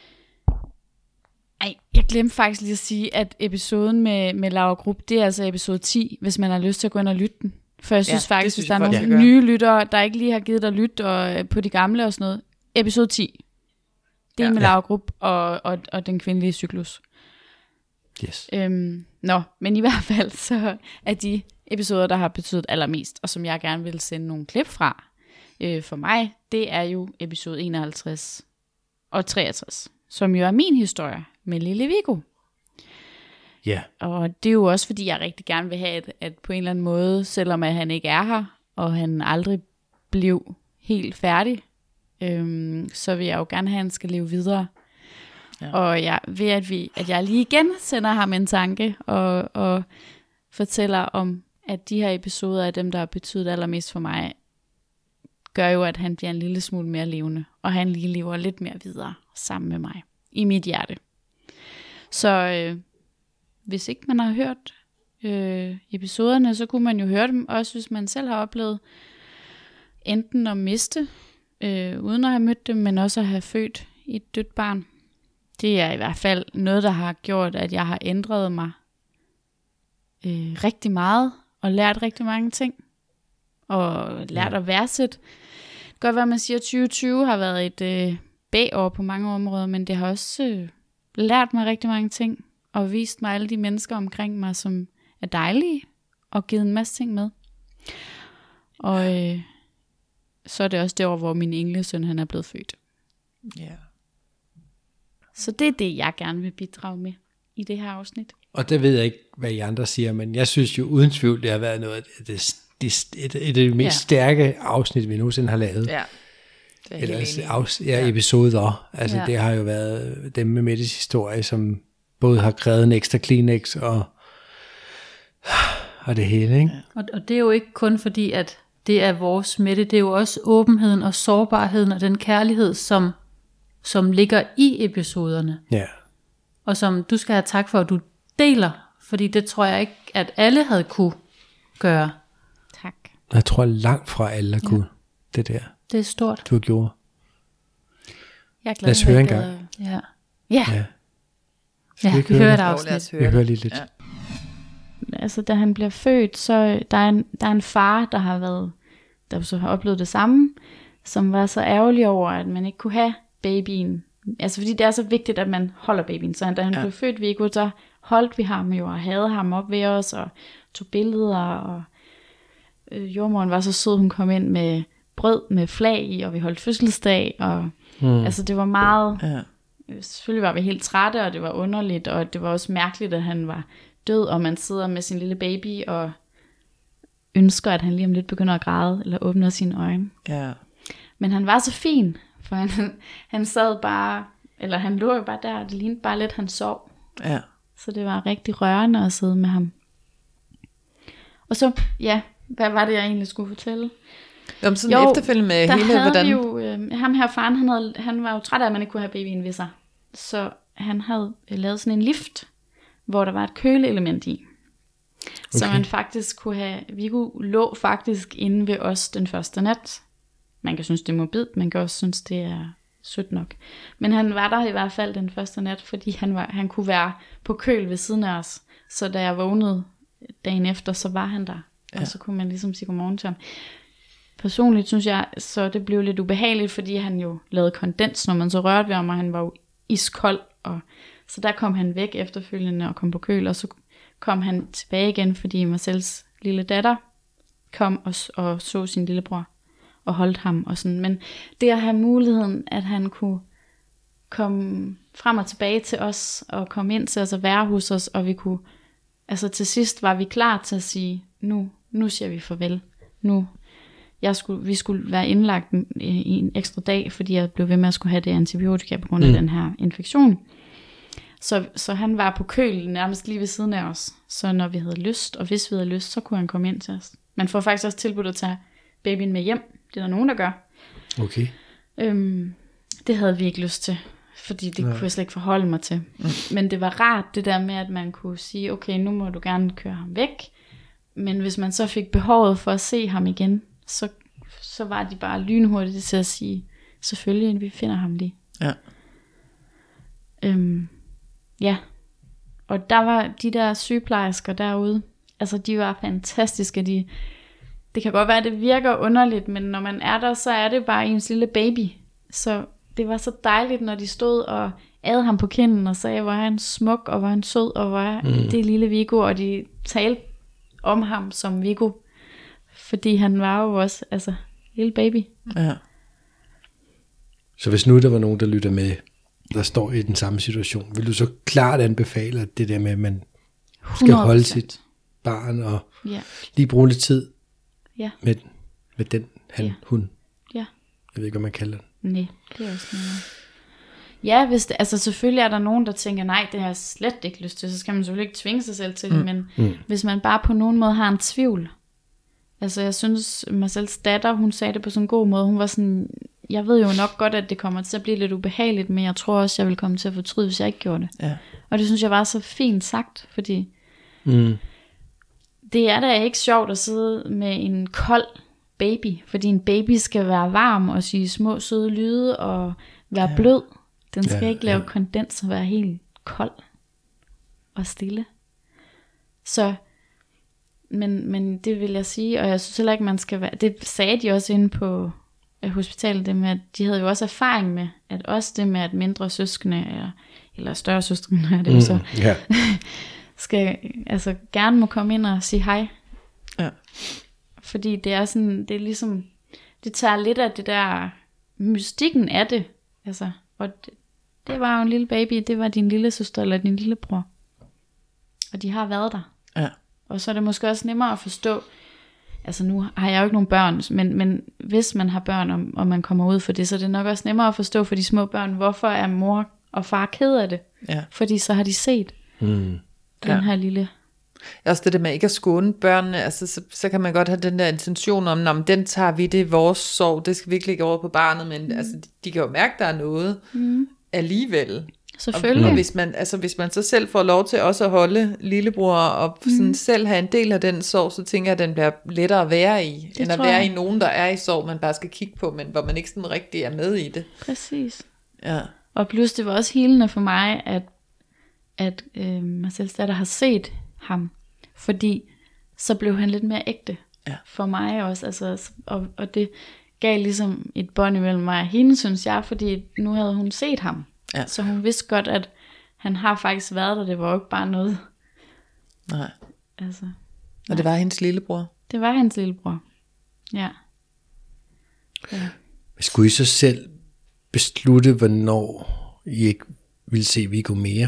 Ej, jeg glemte faktisk lige at sige, at episoden med, med Laura Grupp, det er altså episode ti, hvis man har lyst til at gå ind og lytte den. For jeg synes Ja, ja, det faktisk, synes hvis der er jeg, folk nogle skal gøre. nye lyttere, der ikke lige har givet dig lyt og, øh, på de gamle og sådan noget. Episode ti. Det er Ja. med Laura Grupp og, og, og den kvindelige cyklus. Yes. Øhm, nå, men i hvert fald så er de episoder, der har betydet allermest, og som jeg gerne vil sende nogle klip fra, øh, for mig, det er jo episode enoghalvtreds og treogtres, som jo er min historie med lille Viggo. Ja. Og det er jo også, fordi jeg rigtig gerne vil have, at, at på en eller anden måde, selvom at han ikke er her, og han aldrig blev helt færdig, øhm, så vil jeg jo gerne have, at han skal leve videre. Ja. Og jeg, ved at, vi, at jeg lige igen sender ham en tanke, og, og fortæller om, at de her episoder af dem, der har betydet allermest for mig, gør jo, at han bliver en lille smule mere levende, og han lige lever lidt mere videre sammen med mig, i mit hjerte. Så øh, hvis ikke man har hørt øh, episoderne, så kunne man jo høre dem, også hvis man selv har oplevet enten at miste, øh, uden at have mødt dem, men også at have født et dødt barn. Det er i hvert fald noget, der har gjort, at jeg har ændret mig øh, rigtig meget, og lært rigtig mange ting, og lært at værdsætte. Det kan godt være, at man siger, at tyve tyve har været et øh, B-år på mange områder, men det har også øh, lært mig rigtig mange ting, og vist mig alle de mennesker omkring mig, som er dejlige, og givet en masse ting med. Og øh, så er det også det år, hvor min englesøn han er blevet født. Ja. Så det er det, jeg gerne vil bidrage med i det her afsnit. Og det ved jeg ikke, hvad I andre siger, men jeg synes jo uden tvivl, det har været noget af det, det, det, et, et af de mest ja. stærke afsnit, vi nogensinde har lavet. Ja, det er Eller helt enig. afs, ja, episoder. Altså Ja. det har jo været dem med Mettes historie, som både har krævet en ekstra Kleenex og, og det hele, ikke? Og, og det er jo ikke kun fordi, at det er vores Mette, det er jo også åbenheden og sårbarheden og den kærlighed, som, som ligger i episoderne. Ja. Og som du skal have tak for, at du deler, fordi det tror jeg ikke, at alle havde kunne gøre. Tak. Jeg tror langt fra alle har kunne det der, Det er stort. du har gjort. Jeg er glad Lad os for, høre at en jeg gang. gad- Ja, Ja. Ja. ja vi vi ikke høre hører et det? Jo, lad os afsnit. høre Jeg det. hører lige lidt. Ja. Altså da han bliver født, så der er en, der er en far, der har været, der så har oplevet det samme, som var så ærgerlig over, at man ikke kunne have babyen. Altså fordi det er så vigtigt, at man holder babyen. Så da han Ja. blev født, Viggo, så holdt vi ham jo og havde ham op ved os og tog billeder. Og øh, jordmoren var så sød, hun kom ind med brød med flag i, og vi holdt fødselsdag. Og Mm. altså det var meget... Ja. Selvfølgelig var vi helt trætte, og det var underligt, og det var også mærkeligt, at han var død, og man sidder med sin lille baby og ønsker, at han lige om lidt begynder at græde, eller åbner sine øjne. Ja. Men han var så fin, for han, han sad bare, eller han lå jo bare der, og det lignede bare lidt, han sov. Ja. Så det var rigtig rørende at sidde med ham. Og så, ja, hvad var det, jeg egentlig skulle fortælle? Jamen sådan Jo, efterfølgende med Der hele, havde hvordan... vi jo, øh, ham her faren, han, havde, han var jo træt af, at man ikke kunne have babyen ved sig. Så han havde øh, lavet sådan en lift, hvor der var et køleelement i. Så Okay. man faktisk kunne have, Viggo lå faktisk inde ved os den første nat. Man kan synes, det er morbidt, man kan også synes, det er sødt nok. Men han var der i hvert fald den første nat, fordi han, var, han kunne være på køl ved siden af os. Så da jeg vågnede dagen efter, så var han der. Ja. Og så kunne man ligesom sige godmorgen til ham. Personligt synes jeg, så det blev lidt ubehageligt, fordi han jo lavede kondens, når man så rørte ved ham, og han var jo iskold. Og så der kom han væk efterfølgende og kom på køl, og så kom han tilbage igen, fordi Marcels lille datter kom og, og så sin lillebror og holdt ham. Og sådan. Men det at have muligheden, at han kunne komme frem og tilbage til os, og komme ind til os og være hos os, og vi kunne, altså til sidst var vi klar til at sige, nu, nu siger vi farvel. Nu, jeg skulle, vi skulle være indlagt i en ekstra dag, fordi jeg blev ved med at skulle have det antibiotika på grund af mm. den her infektion. Så, så han var på køl nærmest lige ved siden af os. Så når vi havde lyst, og hvis vi havde lyst, så kunne han komme ind til os. Man får faktisk også tilbudt at tage babyen med hjem. Det er der nogen, der gør. Okay. Øhm, det havde vi ikke lyst til, fordi det ja. kunne jeg slet ikke forholde mig til. Mm. Men det var rart det der med, at man kunne sige, okay, nu må du gerne køre ham væk. Men hvis man så fik behovet for at se ham igen, så, så var de bare lynhurtigt til at sige, selvfølgelig, vi finder ham lige. Ja. Øhm, ja, og der var de der sygeplejersker derude, altså de var fantastiske. De, det kan godt være, at det virker underligt, men når man er der, så er det bare ens lille baby. Så det var så dejligt, når de stod og ad ham på kinden og sagde, hvor er han smuk, og hvor er han sød, og hvor er mm. det lille Viggo, og de talte om ham som Viggo, fordi han var jo også, altså, lille baby. Ja. Så hvis nu der var nogen, der lytter med, der står i den samme situation, vil du så klart anbefale, at det der med, at man skal hundrede procent holde sit barn og Ja, lige bruge lidt tid ja, med, med den, han, Ja. hun. ja. Jeg ved ikke, hvad man kalder den. Nej, det er også noget. Ja, hvis det, altså selvfølgelig er der nogen, der tænker, nej, det har jeg slet ikke lyst til, så skal man selvfølgelig ikke tvinge sig selv til det, mm. men Mm. hvis man bare på nogen måde har en tvivl. Altså jeg synes, Marcels datter, hun sagde det på sådan en god måde, hun var sådan, jeg ved jo nok godt, at det kommer til at blive lidt ubehageligt, men jeg tror også, jeg vil komme til at fortryde, hvis jeg ikke gjorde det. Ja. Og det synes jeg var så fint sagt, fordi Mm. det er da ikke sjovt at sidde med en kold baby, fordi en baby skal være varm og sige små søde lyde og være ja. blød. Den skal Ja, ikke lave ja. kondens og være helt kold og stille. Så, men, men det vil jeg sige, og jeg synes heller ikke, man skal være, det sagde de også inde på øh, hospitalet, det med, at de havde jo også erfaring med, at også det med, at mindre søskende, eller, eller større søskende, er det jo så, Ja. skal, altså gerne må komme ind og sige hej. Ja. Fordi det er sådan, det er ligesom, det tager lidt af det der, mystikken af det. Altså, og det, det var jo en lille baby, det var din lille søster eller din lillebror. Og de har været der. Ja. Og så er det måske også nemmere at forstå, altså nu har jeg jo ikke nogen børn, men, men hvis man har børn, og, og man kommer ud for det, så er det nok også nemmere at forstå for de små børn, hvorfor er mor og far ked af det. Ja. Fordi så har de set Mm. den Ja. her lille... Også det der med ikke at skåne børnene, altså så, så kan man godt have den der intention om, om den tager vi, det er vores sorg, det skal virkelig ikke over på barnet, men mm. altså, de, de kan jo mærke, der er noget mm. alligevel. Selvfølgelig. Og, og hvis man, altså, hvis man så selv får lov til også at holde lillebror og sådan Mm. selv have en del af den sorg, så tænker jeg, at den bliver lettere at være i, Det end at tror være jeg. i nogen, der er i sorg, man bare skal kigge på, men hvor man ikke sådan rigtig er med i det. Præcis. Ja. Og plus det var også helende for mig, at, at øh, Marcels datter har set ham, fordi så blev han lidt mere ægte Ja. for mig også, altså, og, og det gav ligesom et bånd imellem mig og hende, synes jeg, fordi nu havde hun set ham, Ja. så hun vidste godt, at han har faktisk været der, det var jo ikke bare noget, Nej. altså, Og det var hendes lillebror. det var hans lillebror, ja. ja. Skulle I så selv beslutte, hvornår I ikke ville se Viggo mere?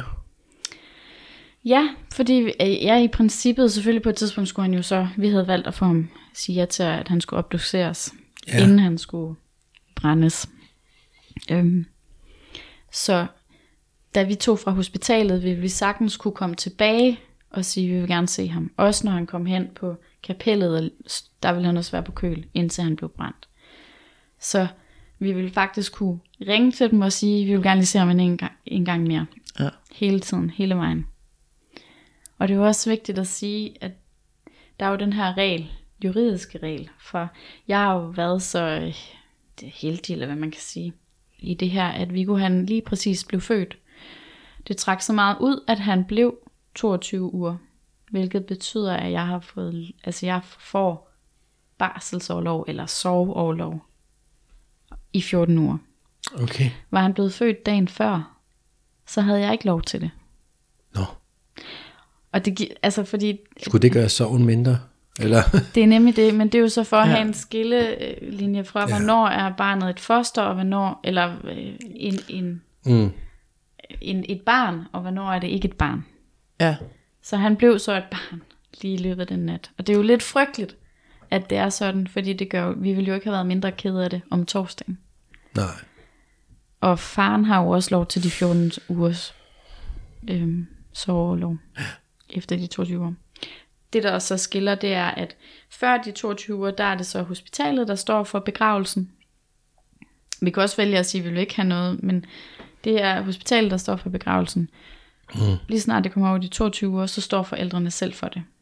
Ja, fordi jeg i princippet, selvfølgelig på et tidspunkt skulle han jo så, vi havde valgt at få ham sige ja til, at han skulle obduceres, Ja. ja. inden han skulle brændes. Øhm, så da vi tog fra hospitalet, ville vi sagtens kunne komme tilbage og sige, at vi vil gerne se ham. Også når han kom hen på kapellet, og der ville han også være på køl, indtil han blev brændt. Så vi ville faktisk kunne ringe til dem og sige, at vi vil gerne lige se ham en gang, en gang mere. Ja. Hele tiden, hele vejen. Og det er jo også vigtigt at sige, at der er jo den her regel, juridiske regel, for jeg har jo været så øh, det er heldig, eller hvad man kan sige, i det her, at Viggo han lige præcis blev født. Det trak så meget ud, at han blev toogtyve uger, hvilket betyder, at jeg har fået, altså jeg får barselsorlov eller sorgorlov i fjorten uger. Okay. Var han blevet født dagen før, så havde jeg ikke lov til det. Nå. Og det, gi- altså fordi Skulle det gøre sorgen mindre? Eller? det er nemlig det, men det er jo så for at Ja. have en skillelinje fra, Ja. hvornår er barnet et foster, og hvornår, eller øh, en, en, Mm. en, et barn, og hvornår er det ikke et barn. Ja. Så han blev så et barn lige i løbet af den nat. Og det er jo lidt frygteligt, at det er sådan, fordi det gør, vi ville jo ikke have været mindre kede af det om torsdagen. Nej. Og faren har jo også lov til de fjorten ugers øhm, sorgorlov efter de toogtyve uger. Det der så skiller, det er, at før de toogtyve uger, der er det så hospitalet, der står for begravelsen. Vi kan også vælge at sige, at vi vil ikke have noget, men det er hospitalet, der står for begravelsen. Mm. Lige snart det kommer over de toogtyve uger, så står forældrene selv for det.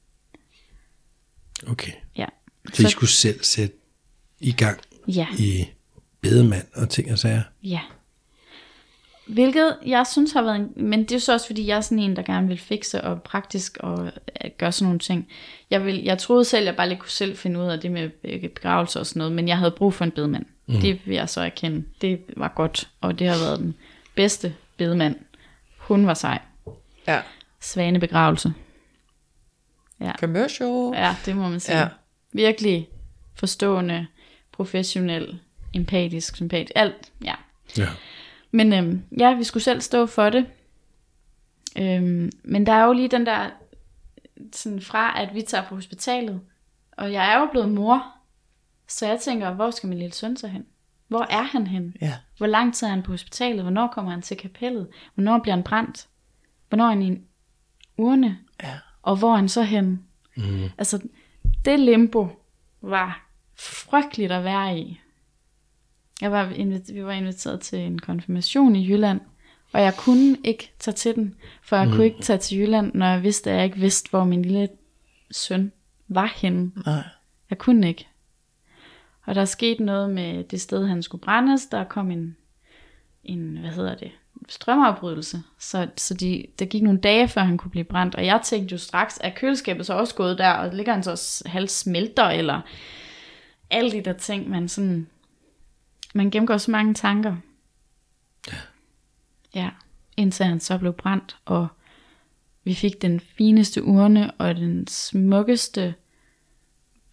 Okay. Ja. Så I skulle selv sætte i gang Ja. i bedemand og ting og sager? Ja. Hvilket jeg synes har været en, men det er jo så også fordi jeg er sådan en der gerne vil fikse og praktisk og øh, gøre sådan nogle ting. Jeg vil jeg troede selv jeg bare lige kunne selv finde ud af det med begravelse og sådan noget, men jeg havde brug for en bedemand. Mm. Det vil jeg så erkende. Det var godt, og det har været den bedste bedemand. Hun var sej. Ja. Svane begravelse. Ja. Commercial. Ja, det må man sige. Ja. Virkelig forstående, professionel, empatisk, sympatisk, alt. Ja. Ja. Men øhm, ja, vi skulle selv stå for det. Øhm, men der er jo lige den der, sådan fra at vi tager på hospitalet, og jeg er jo blevet mor, så jeg tænker, hvor skal min lille søn så hen? Hvor er han hen? Ja. Hvor lang tid er han på hospitalet? Hvornår kommer han til kapellet? Hvornår bliver han brændt? Hvornår er han i en urne? Ja. Og hvor er han så hen? Mm. Altså, det limbo var frygteligt at være i. Jeg var inviteret, vi var inviteret til en konfirmation i Jylland, og jeg kunne ikke tage til den, for jeg mm. kunne ikke tage til Jylland, når jeg vidste, at jeg ikke vidste, hvor min lille søn var henne. Nej. Jeg kunne ikke. Og der skete noget med det sted, han skulle brændes. Der kom en, en hvad hedder det, strømafbrydelse. Så, så de, der gik nogle dage, før han kunne blive brændt. Og jeg tænkte jo straks, at køleskabet så også gået der, og ligger han så også halvt smelter, eller alle de der ting, man sådan... Man gennemgår så mange tanker. Ja. Ja, indtil han så blev brændt, og vi fik den fineste urne, og den smukkeste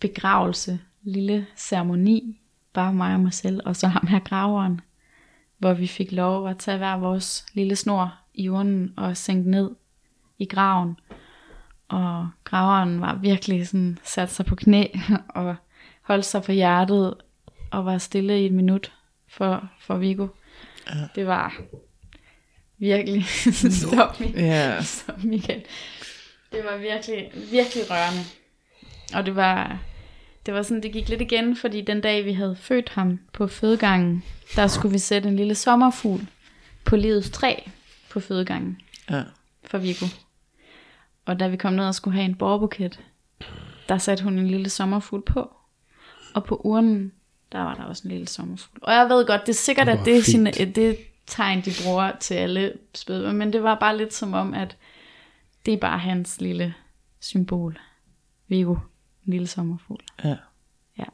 begravelse, lille ceremoni, bare mig og mig selv, og så ham her graveren, hvor vi fik lov at tage hver vores lille snor i urnen og sænke ned i graven. Og graveren var virkelig sådan, sat sig på knæ og holdt sig på hjertet og var stille i et minut for, for Viggo. Ja. Det var virkelig stop, Ja. stop Michael. Det var virkelig, virkelig rørende. Og det var, det var sådan, det gik lidt igen, fordi den dag vi havde født ham på fødegangen, der skulle vi sætte en lille sommerfugl på livets træ på fødegangen Ja. for Viggo. Og da vi kom ned og skulle have en borgerbuket, der satte hun en lille sommerfugl på. Og på urnen, der var der også en lille sommerfugl. Og jeg ved godt, det er sikkert, at det er, sin, det er tegn, de bruger til alle spædbørn. Men det var bare lidt som om, at det er bare hans lille symbol. Viggo, en lille sommerfugl. Ja. Ja.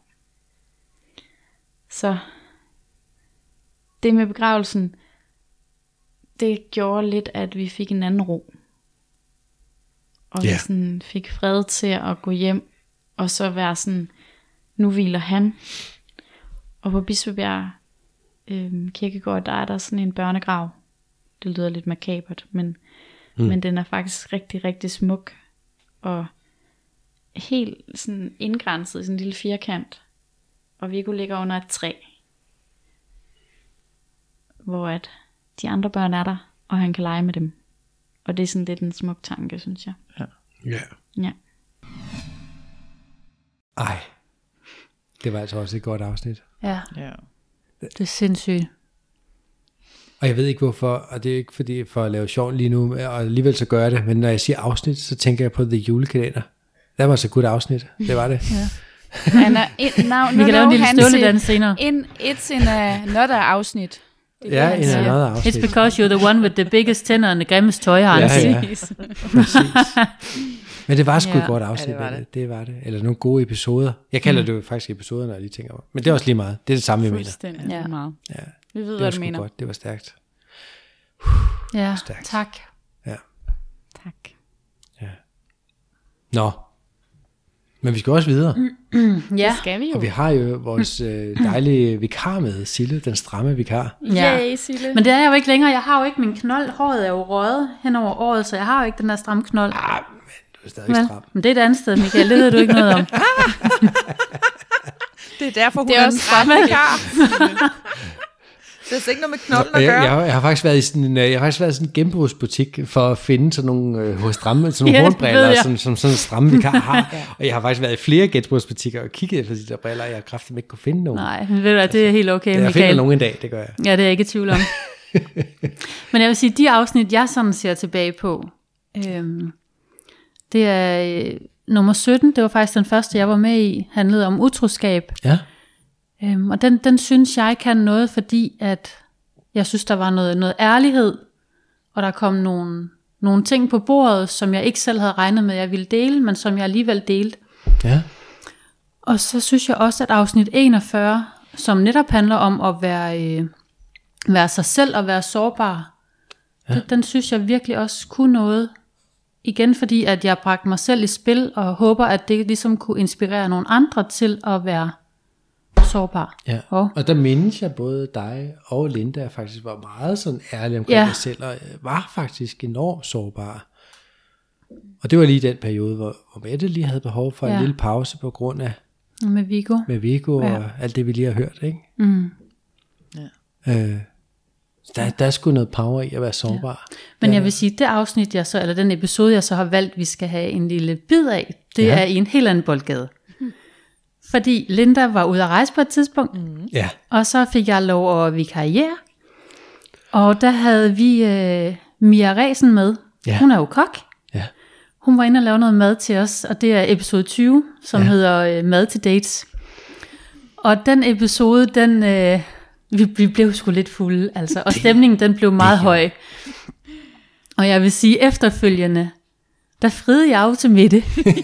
Så det med begravelsen, det gjorde lidt, at vi fik en anden ro. Og Ja. vi sådan fik fred til at gå hjem, og så være sådan, nu hviler han. Og på Bispebjerg øh, Kirkegård, der er der sådan en børnegrav. Det lyder lidt makabert, men, mm. men den er faktisk rigtig, rigtig smuk. Og helt sådan indgrænset i sådan en lille firkant. Og Viggo ligger under et træ. Hvor at de andre børn er der, og han kan lege med dem. Og det er sådan lidt en smuk tanke, synes jeg. Ja. Ja. Ej. Det var altså også et godt afsnit. Ja, Ja. det er sindssygt. Og jeg ved ikke hvorfor, og det er ikke fordi for at lave sjov lige nu, og alligevel så gør jeg det, men når jeg siger afsnit, så tænker jeg på The Julekalender. Det var så et godt afsnit, det var det. Ja. Han er in, now, Vi kan lave en lille ståledans senere. In, it's in another afsnit. Det er Ja, det, han en siger. another afsnit. It's because you're the one with the biggest tænder and the grimmest tøj, Ja, Hans. ja. Præcis. Præcis. Men det var sgu et Ja. godt afsnit, Ja, det var det, det. det var det. Eller nogle gode episoder. Jeg kalder det jo faktisk episoder, når jeg lige tænker over. Men det er også lige meget. Det er det samme, vi mener. Fuldstændig Ja. ja. meget. Ja, Vi ved, det var hvad du sgu mener. godt. Det var stærkt. Ja, Stærkt. tak. Ja. Tak. Nå. Men vi skal også videre. Ja, Det skal vi jo. Og vi har jo vores øh, dejlige vikar med, Sille, den stramme vikar. ja. Yay, Sille. Men det er jeg jo ikke længere. Jeg har jo ikke min knold. Håret er jo røget hen over året, så jeg har jo ikke den der stramme knold. Ah, men du er stadig Vel, stram. men det er et andet sted, Michael. Det ved du ikke noget om. Det er derfor, hun Det er er, også en stramme vikar. Det er ikke noget med knolden at Jeg, gøre. jeg, har- jeg har faktisk været i sådan en, øh, jeg har faktisk været i sådan en genbrugsbutik for at finde sådan nogle øh, hos stramme, sådan nogle Ja, ja, det ved hornbriller, jeg. som, som sådan en stramme vikar har. Og jeg har faktisk været i flere genbrugsbutikker og kigget efter de der briller, og jeg har kraftigt ikke kunne finde nogen. Nej, men ved du hvad, det er helt okay, jeg finder Michael. nogen en dag, det gør jeg. Ja, det er jeg ikke i tvivl om. Men jeg vil sige, de afsnit, jeg sådan ser tilbage på, øhm, det er øh, nummer sytten, det var faktisk den første, jeg var med i, handlede om utroskab. Ja. Øhm, og den, den synes jeg kan noget, fordi at jeg synes, der var noget, noget ærlighed, og der kom nogle, nogle ting på bordet, som jeg ikke selv havde regnet med, jeg ville dele, men som jeg alligevel delte. Ja. Og så synes jeg også, at afsnit enogfyrre, som netop handler om at være, øh, være sig selv og være sårbar, ja. den, den synes jeg virkelig også kunne noget. Igen fordi, at jeg bragte mig selv i spil, og håber, at det ligesom kunne inspirere nogle andre til at være sårbar. Ja. Og, Og der mindes jeg både dig og Linda faktisk var meget sådan ærlig omkring Ja. dig selv, og øh, var faktisk enormt sårbar. Og det var lige den periode, hvor, hvor Mette lige havde behov for ja. Ja. en lille pause på grund af med Viggo. med Viggo Ja. og alt det, vi lige har hørt, ikke? Mm. Øh, der, der er sgu noget power i at være sårbar. Men Ja. jeg vil sige, det afsnit, jeg så, eller den episode, jeg så har valgt, vi skal have en lille bid af, det Ja. er i en helt anden boldgade. Fordi Linda var ude at rejse på et tidspunkt, mm. Ja, og så fik jeg lov at vikariere. Og der havde vi øh, Mia Resen med. Ja. Hun er jo kok. ja, Hun var inde og lave noget mad til os, og det er episode tyve, som Ja. ja. hedder øh, Mad til Dates. Og den episode, den, øh, vi, vi blev sgu lidt fulde, altså, og stemningen den blev meget høj. Og jeg vil sige, efterfølgende, der friede jeg jo til Mette.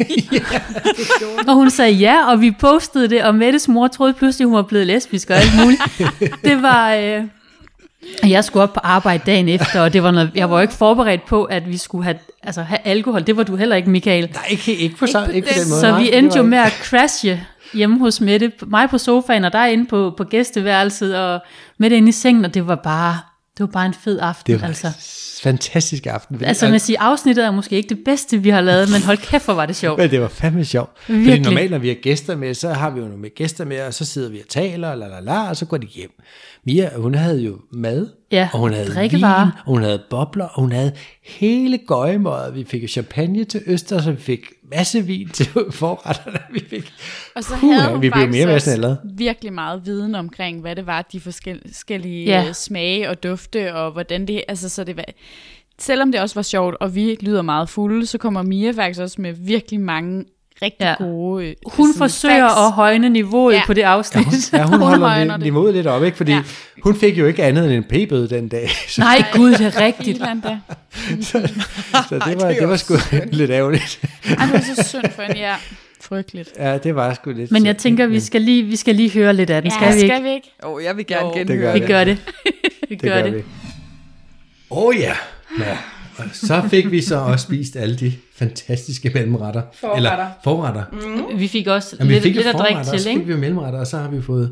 Og hun sagde ja, og vi postede det, og Mettes mor troede pludselig, hun var blevet lesbisk og alt muligt. Det var, øh, Og jeg skulle op på arbejde dagen efter, og det var noget, jeg var jo ikke forberedt på, at vi skulle have, altså have alkohol. Det var du heller ikke, Michael. Nej, ikke, ikke, på, så, ikke på den måde. Så nej, vi endte jo ikke. med at crashe hjemme hos Mette. Mig på sofaen, og dig inde på, på gæsteværelset, og Mette inde i sengen, og det var bare, det var bare en fed aften. Det var altså. fantastisk aften. Altså, man siger, afsnittet er måske ikke det bedste, vi har lavet, men hold kæft, hvor var det sjovt. Men det var fandme sjovt. Virkelig. Fordi normalt, når vi har gæster med, så har vi jo nogle med gæster med, og så sidder vi og taler, la, la, la, og så går de hjem. Mia, hun havde jo mad, Ja, og hun havde drikkevarer. vin, og hun havde bobler, og hun havde hele gøjemåret. Vi fik jo champagne til øster, så vi fik masse vin til forretterne. Vi fik, Og så Puh, havde hun vi blev faktisk mere også vassende virkelig meget viden omkring, hvad det var, de forskellige Ja. ja. smage og dufte, og hvordan det, altså så det var, selvom det også var sjovt, og vi lyder meget fulde, så kommer Mia faktisk også med virkelig mange rigtig Ja. ja. gode øh, Hun sådan forsøger facts. at højne niveauet Ja. på det afsnit. ja, hun, Hun holder højner det, det. niveauet lidt op, ikke? Fordi Ja. hun fik jo ikke andet end en p-bøde den dag. Så, Nej, gud, det er rigtigt. Filan da. så det var, det var sgu lidt ærgerligt. Ej, det var så synd for hende, ja. Frygteligt. Ja, det var sgu lidt. Men jeg synd, tænker, ikke? vi skal lige, vi skal lige høre lidt af den, skal Ja, vi ikke? skal vi ikke? Åh, oh, jeg vil gerne Jo, genhøre det gør Vi det. gør det. Vi Det gør gør det. vi. Åh oh, ja. ja. Og så fik vi så også spist alle de fantastiske mellemretter. Forretter. Eller forretter. Mm. Vi fik også Jamen, vi lidt, fik lidt jo at drikke forretter, og til, så ikke? fik vi jo mellemretter, og så har vi fået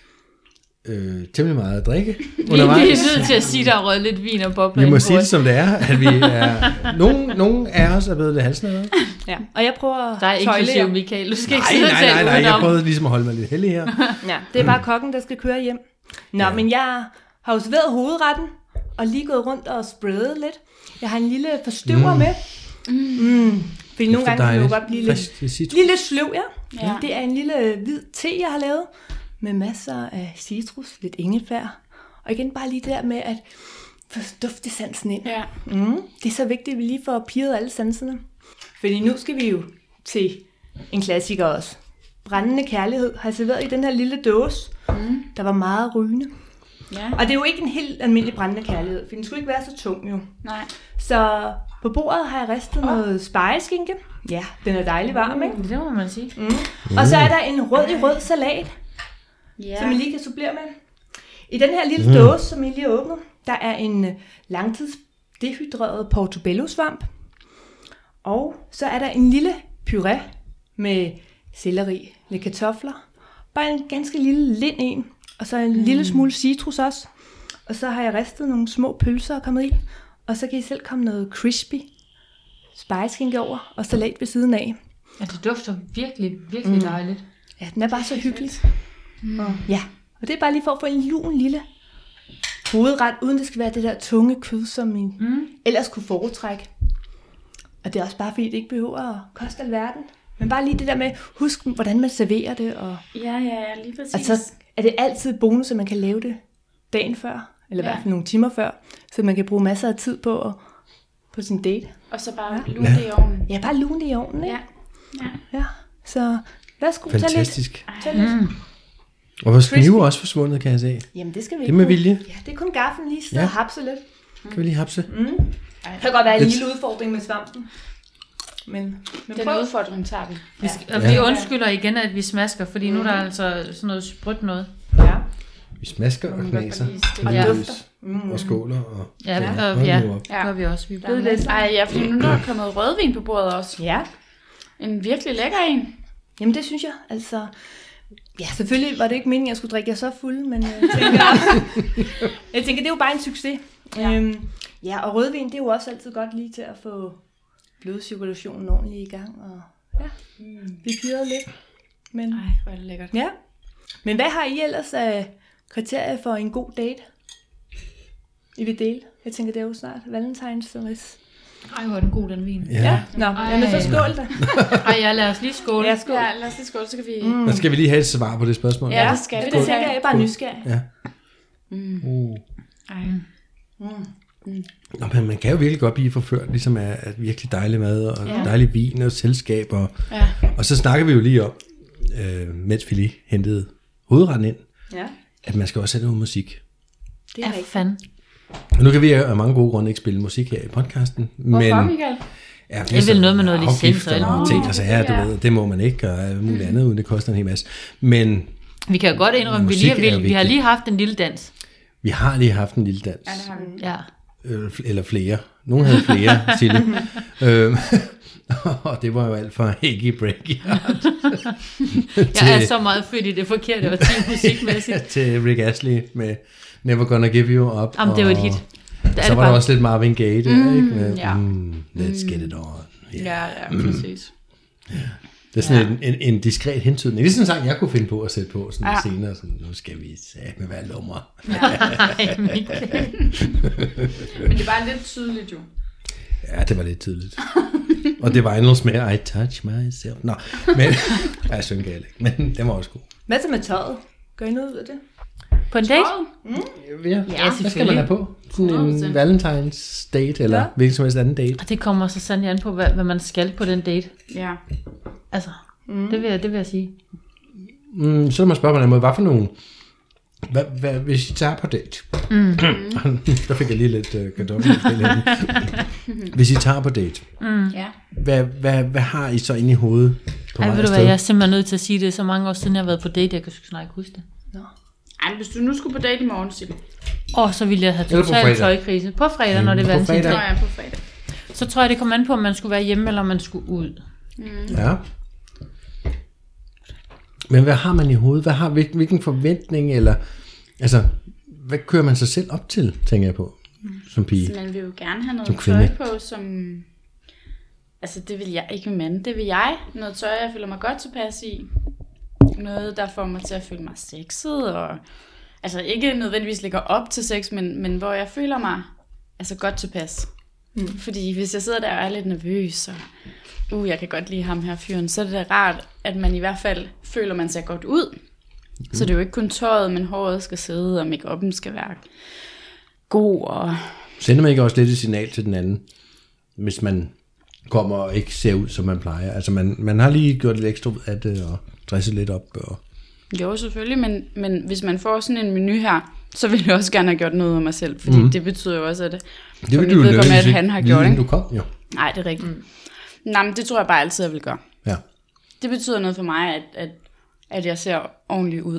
øh, temmelig meget at drikke Vi, vi undervejs. er nødt til at sige, at der er røget lidt vin og bobler Vi må ind på sige det os. som det er, at vi er... Nogen, nogen af os er blevet lidt halsnede. Ja. Og jeg prøver Der er at inklusive tøjle. Michael. Du skal ikke Nej, sidde og nej, tale nej, nej. Jeg udenom. prøvede ligesom at holde mig lidt heldig her. Ja, det er bare kokken, der skal køre hjem. Nå, ja. men jeg har jo serveret hovedretten, og lige gået rundt og sprayet lidt. Jeg har en lille forstøver mm. med. Mm. Fordi nogle gange kan det jo godt blive lidt, lige lidt sløv, ja. ja. Det er en lille hvid te, jeg har lavet, med masser af citrus, lidt ingefær. Og igen bare lige der med at få duftesansen ind. Ja. Mm. Det er så vigtigt, at vi lige får pirret alle sanserne. Fordi nu skal vi jo til en klassiker også. Brændende kærlighed har jeg serveret i den her lille dåse, mm. der var meget rygende. Ja. Og det er jo ikke en helt almindelig brændende kærlighed, for den skulle ikke være så tung jo. Nej. Så på bordet har jeg ristet oh. noget spegeskinke. Ja, den er dejlig varm, ikke? Det må man sige. Mm. Mm. Og så er der en rød i rød salat, Ja. som I lige kan supplere med. I den her lille mm. dåse, som I lige har åbnet, der er en langtidsdehydreret portobello-svamp. Og så er der en lille puré med selleri, lidt kartofler. Bare en ganske lille lind en. Og så en mm. lille smule citrus også. Og så har jeg ristet nogle små pølser og kommet i. Og så kan I selv komme noget crispy spejskinke over, og salat ved siden af. Ja, det dufter virkelig, virkelig mm. dejligt. Ja, den er bare så hyggelig. Mm. Og, ja, og det er bare lige for at få en lun lille hovedret, uden det skal være det der tunge kød, som I mm. ellers kunne foretrække. Og det er også bare fordi, det ikke behøver at koste alverden. Men bare lige det der med, husk hvordan man serverer det. Og, Ja, ja, ja, lige præcis. og så er det altid bonus, at man kan lave det dagen før, eller i Ja. hvert fald nogle timer før, så man kan bruge masser af tid på, på sin date. Og så bare lune det i ovnen. Ja, bare lune det i ovnen, ikke? Ja. Ja. Ja, så værsgo, tag lidt. Fantastisk. Tag lidt. Mm. Og vores knive er også forsvundet, kan jeg se. Jamen, det skal vi Det er med bruge. vilje. Ja, det er kun gaffen lige sidde Ja. og hapse lidt. Kan vi lige hapse? Mm. Det kan godt være en Lidt. lille udfordring med svampen. Men, men Den prøv. udfordring tager vi. Vi, skal, og Ja. vi undskylder igen, at vi smasker, fordi nu er der altså sådan noget sprødt noget. Ja. Vi smasker og knaser. Og Ja. dufter. Mm. Og skåler. Og Ja, Ja. og, Hold ja, nu op. det gør vi også. Vi er Der er blevet lidt. masser. Ej, ja, fordi nu er der kommet rødvin på bordet også. Ja. En virkelig lækker en. Jamen, det synes jeg. Altså, ja, selvfølgelig var det ikke meningen, at jeg skulle drikke jer så fuld, men jeg tænker, jeg tænker det er jo bare en succes. Ja. Ja. Øhm, ja, og rødvin, det er jo også altid godt lige til at få blodcirkulationen ordentligt i gang. Og ja, vi pirrede lidt. Men, Ej, hvor er det lækkert. ja. Men hvad har I ellers af kriterier for en god date? I vil dele? Jeg tænker, det er jo snart valentines, så hvis... Ej, hvor er den god, den vin. Ja. Ja, nå, jamen så skål da. Ej, ja, lad os lige skåle. Ja, skål. Ja, lad os lige skåle, så kan vi... Mm. Men skal vi lige have et svar på det spørgsmål? Ja, det skal vi. Det tænker jeg, jeg er bare nysgerrig. Ja. Mm. Uh. Ej. Nå, men man kan jo virkelig godt blive forført, ligesom af, af virkelig dejlig mad, og Ja. dejlig vin og selskab. Og, Ja. og så snakker vi jo lige om, øh, mens vi lige hentede hovedretten ind, Ja, at man skal også have noget musik. det er Ja, rigtigt. fanden. Og nu kan vi af mange gode grunde ikke spille musik her i podcasten. Hvorfor, men, Michael? ja, Det er vel noget med noget licens afgifter og alt og muligt. ting, altså ja, du Ja. ved, det må man ikke, og alt muligt andet, uden det koster en hel masse. Men Vi kan jo godt indrømme, at vi, Musik lige, er vi, jo vi har vigtigt. lige haft en lille dans. Vi har lige haft en lille dans. Ja, det har vi. Ja. Øh, eller flere. Nogle havde flere, Silje. øhm, og det var jo alt fra Higgy Breaky Jeg er så meget født i det forkerte og til musikmæssigt. til Rick Astley med Never Gonna Give You Up. Jamen, det er jo et hit. Det er så det var der bare. også lidt Marvin Gaye der, Mm, ikke? Med, ja. mm, let's get it on. Yeah. Ja, ja, præcis. Det er sådan ja. en, en, en diskret hentydning. Det er sådan en sang, jeg kunne finde på at sætte på sådan Ja. senere. Sådan, nu skal vi med være lumre. Ej, Michael. Men det var lidt tydeligt jo. Ja, det var lidt tydeligt. Og det var endels med I touch myself. Nå, men jeg synger ikke, men det var også god. Hvad så med tøjet? Gør I noget ud af det? På en date? Ja, hvad skal man have på? Sådan en hundrede procent. Valentines date, eller Ja. hvilken som helst anden date. Og det kommer så sandelig an på, hvad, hvad man skal på den date. Ja. Altså, mm. det, vil jeg, det vil jeg sige. Mm, så må man spørge på en anden måde, hvad for nogle... Hvad, hvad, hvis I tager på date... Mm. Der fik jeg lige lidt uh, kartoffel. Hvis I tager på date, Mm. Ja. hvad, hvad, hvad har I så inde i hovedet på Ej, vej ved du hvad, afsted? jeg er simpelthen nødt til at sige det så mange år siden, jeg har været på date, jeg kan sgu snart ikke huske det. Ej, hvis du nu skulle på date i morgen, Silje. Og så ville jeg have Eller på total fredag. tøjkrise. På fredag, mm, når det er på valentins. fredag. Nå, jeg er på fredag. Så tror jeg, det kommer an på, om man skulle være hjemme, eller om man skulle ud. Ja. Men hvad har man i hovedet? Hvad har, hvilken, hvilken forventning, eller... Altså, hvad kører man sig selv op til, tænker jeg på, som pige? Så man vil jo gerne have Som noget kvinde. tøj på, som... Altså, det vil jeg ikke med mand. Det vil jeg. Noget tøj, jeg føler mig godt tilpas i. Noget, der får mig til at føle mig sexet, og... Altså, ikke nødvendigvis ligger op til sex, men, men hvor jeg føler mig altså godt tilpas. Mm. Fordi hvis jeg sidder der og er lidt nervøs, og uh, jeg kan godt lide ham her fyren, så er det da rart, at man i hvert fald føler, man ser godt ud. Mm. Så det er jo ikke kun tøjet, men håret skal sidde, og make-up'en skal være god, og... Sender man ikke også lidt et signal til den anden, hvis man kommer og ikke ser ud, som man plejer? Altså, man, man har lige gjort lidt ekstra ud af det, og dresset lidt op, og... Jo, selvfølgelig, men, men hvis man får sådan en menu her, så vil jeg også gerne have gjort noget af mig selv, fordi mm. det betyder jo også, at Det for vil mit du jo vedkommende, nødvendigvis at han har ikke gjort, vide, ikke? du kom, jo. Nej, det er rigtigt. Mm. Nej, men det tror jeg bare altid, jeg vil gøre. Ja. Det betyder noget for mig, at, at, at jeg ser ordentligt ud.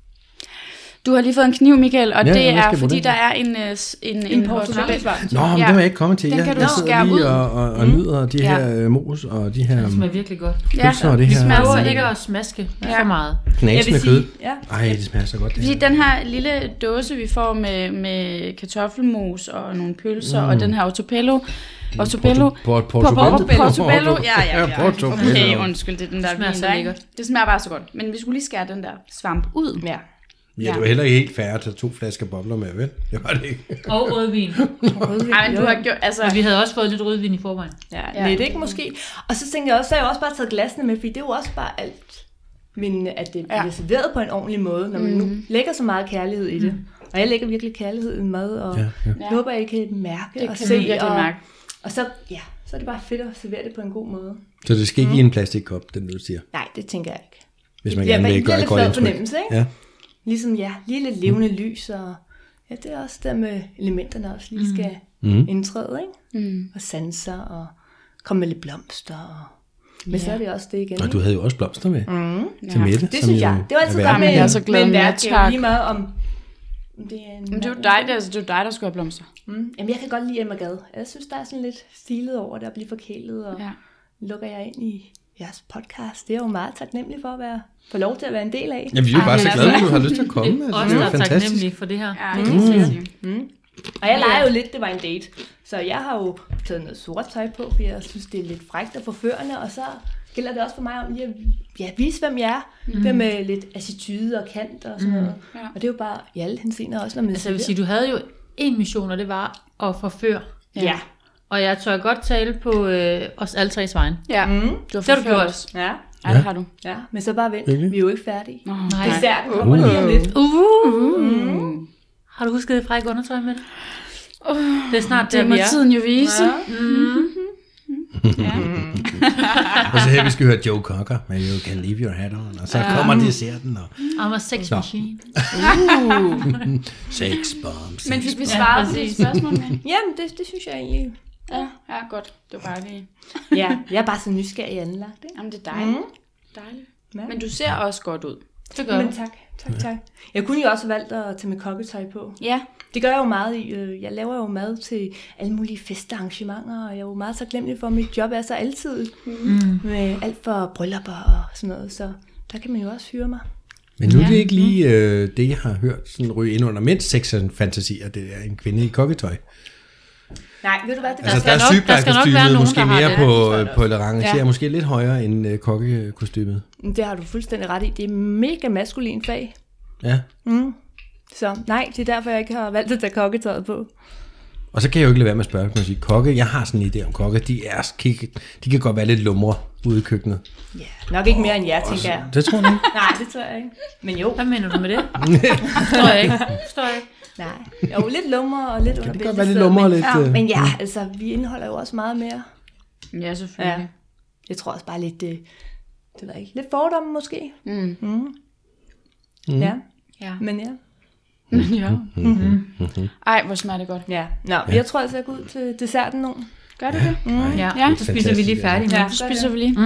Du har lige fået en kniv, Michael, og Ja, det hvad skal er, jeg bruge fordi den der er en, øh, en, en, En portugalisvand. Nå, men Ja. det var jeg ikke kommet til. Den Jeg, kan du jeg skære sidder lige ud. og, og, og nyder de Ja. her øh, mos og de her Det smager virkelig godt. pølser og det her smager Prøver sådan ikke at smaske Ja. for meget. knasende Jeg vil kød. sige- ja. Ej, det smager så godt. Det Fordi her. den her lille dåse, vi får med, med kartoffelmos og nogle pølser, mm. og den her Autopello, Autopello, Porto- Port- Portobello, Portobello. Portobello, ja, ja, ja. Portobello. Okay, undskyld, det er den der Det smager vin så der, lækkert. ikke? Det smager bare så godt. Men vi skulle lige skære den der svamp ud. Ja. Ja, det var heller ikke helt færre at tage to flasker bobler med, vel? Det var det ikke. Og rødvin. Ej, men du har gjort, altså... Og vi havde også fået lidt rødvin i forvejen. Ja, Ja. lidt ikke måske. Og så tænkte jeg også, så har jeg også bare taget glasene med, fordi det er jo også bare alt. Men at det bliver Ja. serveret på en ordentlig måde, når man nu lægger så meget kærlighed i det. Og jeg lægger virkelig kærlighed i mad, og Ja, ja. jeg håber, I kan mærke Det og kan se. vi virkelig og, mærke. og så, ja, så er det bare fedt at servere det på en god måde. Så det skal ikke i en plastikkop, den du siger, Nej, det tænker jeg ikke. hvis man Ja, gerne men vil det gøre er et lidt godt flad indtryk. fornemmelse, ikke? Ja. Ligesom, ja, lige lidt levende mm. lys, og ja, det er også der med elementerne også lige skal Mm. indtræde, ikke? Mm. Og sanser, og komme med lidt blomster, og... Men så er det også det igen. Og du havde jo også blomster med Mm. til Mette. Det som synes jo jeg. Det var altid er godt verden. med, jeg er så glad med en med, værtgave, tak. lige meget om... om det er en Men det er jo mand. dig, der, altså, det er jo dig, der skulle have blomster. Mm. Jamen, jeg kan godt lide Emma Gad. Jeg synes, der er sådan lidt stilet over det at blive forkælet, og Ja. lukker jeg ind i jeres podcast. Det er jeg jo meget taknemmelig for at være, få lov til at være en del af. Ja, vi er jo Ej, bare så men glade, at altså- du har lyst til at komme. Det er Altså, også det der er er fantastisk. taknemmelig for det her. Ja, det kan jeg sige. Mm. Og jeg leger jo lidt, det var en date. Så jeg har jo taget noget sort tøj på, fordi jeg synes, det er lidt frækt og forførende, og så gælder det også for mig om lige at ja, vise, hvem jeg er. Mm. Det med lidt attitude og kant og sådan noget. Ja. Og det er jo bare i alle henseender også, når man Altså jeg vil serverer. sige, du havde jo en mission, og det var at forføre. Ja. Og jeg tør godt tale på øh, os alle tres vejen. Ja, Mm. du har Det har du forført gjort. os. Ja. Ja, det har du. Ja, men så bare vent. Virkelig? Vi er jo ikke færdige. Nå, Nej. Desserten kommer lige om lidt. Uh. Mm. Har du husket det frække undertøj med det? Det er snart der, Det må vi er. tiden jo vise. Og så her, vi skal høre Joe Cocker med You Can Leave Your Hat On. Og så kommer desserten og I'm a sex Nå. machine. sex bomb, sex Men fik vi Ja, svaret på præcis. dit spørgsmål med? Jamen, det, det synes jeg egentlig. Ja, ja, godt. Det var bare lige... Ja, jeg er bare så nysgerrig anlagt, ikke? Jamen, det er dejligt. Dejligt. Ja. Men du ser også godt ud. Det gør Men du. tak, tak, tak. Jeg kunne jo også have valgt at tage med kokketøj på. Ja. Det gør jeg jo meget i. Jeg laver jo mad til alle mulige festarrangementer, og jeg er jo meget taknemmelig for, at mit job er så altid. Mm. Med alt for bryllupper og sådan noget, så der kan man jo også hyre mig. Men nu er det ikke lige øh, det, jeg har hørt sådan ryge ind under mænds sexfantasier, det er en kvinde i kokketøj. Nej, ved du hvad? Det Altså, skal der er nok- der skal nok være sygeplejekostymet nogen, måske der har mere det. på, Det på Le Rangier, Ja. måske lidt højere end øh, kokkekostymet. Det har du fuldstændig ret i. Det er mega maskulin fag. Ja. Mm. Så nej, det er derfor, jeg ikke har valgt at tage kokketøjet på. Og så kan jeg jo ikke lade være med at spørge, kan man sige, kokke, jeg har sådan en idé om kokke, de, er, de kan godt være lidt lumre ude i køkkenet. Ja, nok ikke mere end jer, tænker jeg. Det tror jeg ikke. Nej, det tror jeg ikke. Men jo, Hvad mener du med det? Forstår jeg ikke. Forstår jeg ikke. nej. Jo, lidt lummer og lidt under det bæltestedet, godt være lidt lummer og men- lidt, Ja, øh, men ja, altså, vi indeholder jo også meget mere. Ja, selvfølgelig. Ja. Jeg tror også bare lidt, øh, det ved jeg ikke, lidt fordomme måske. Mm. Mm. Mm. Ja, Ja. men ja. ja. Mm-hmm. Ej, hvor smager det godt. Ja, nå, ja. Jeg tror altså, jeg går ud til desserten nu. Gør det det? Mm. Ja, Ja. så spiser vi lige færdig med. Ja, Så spiser vi lige.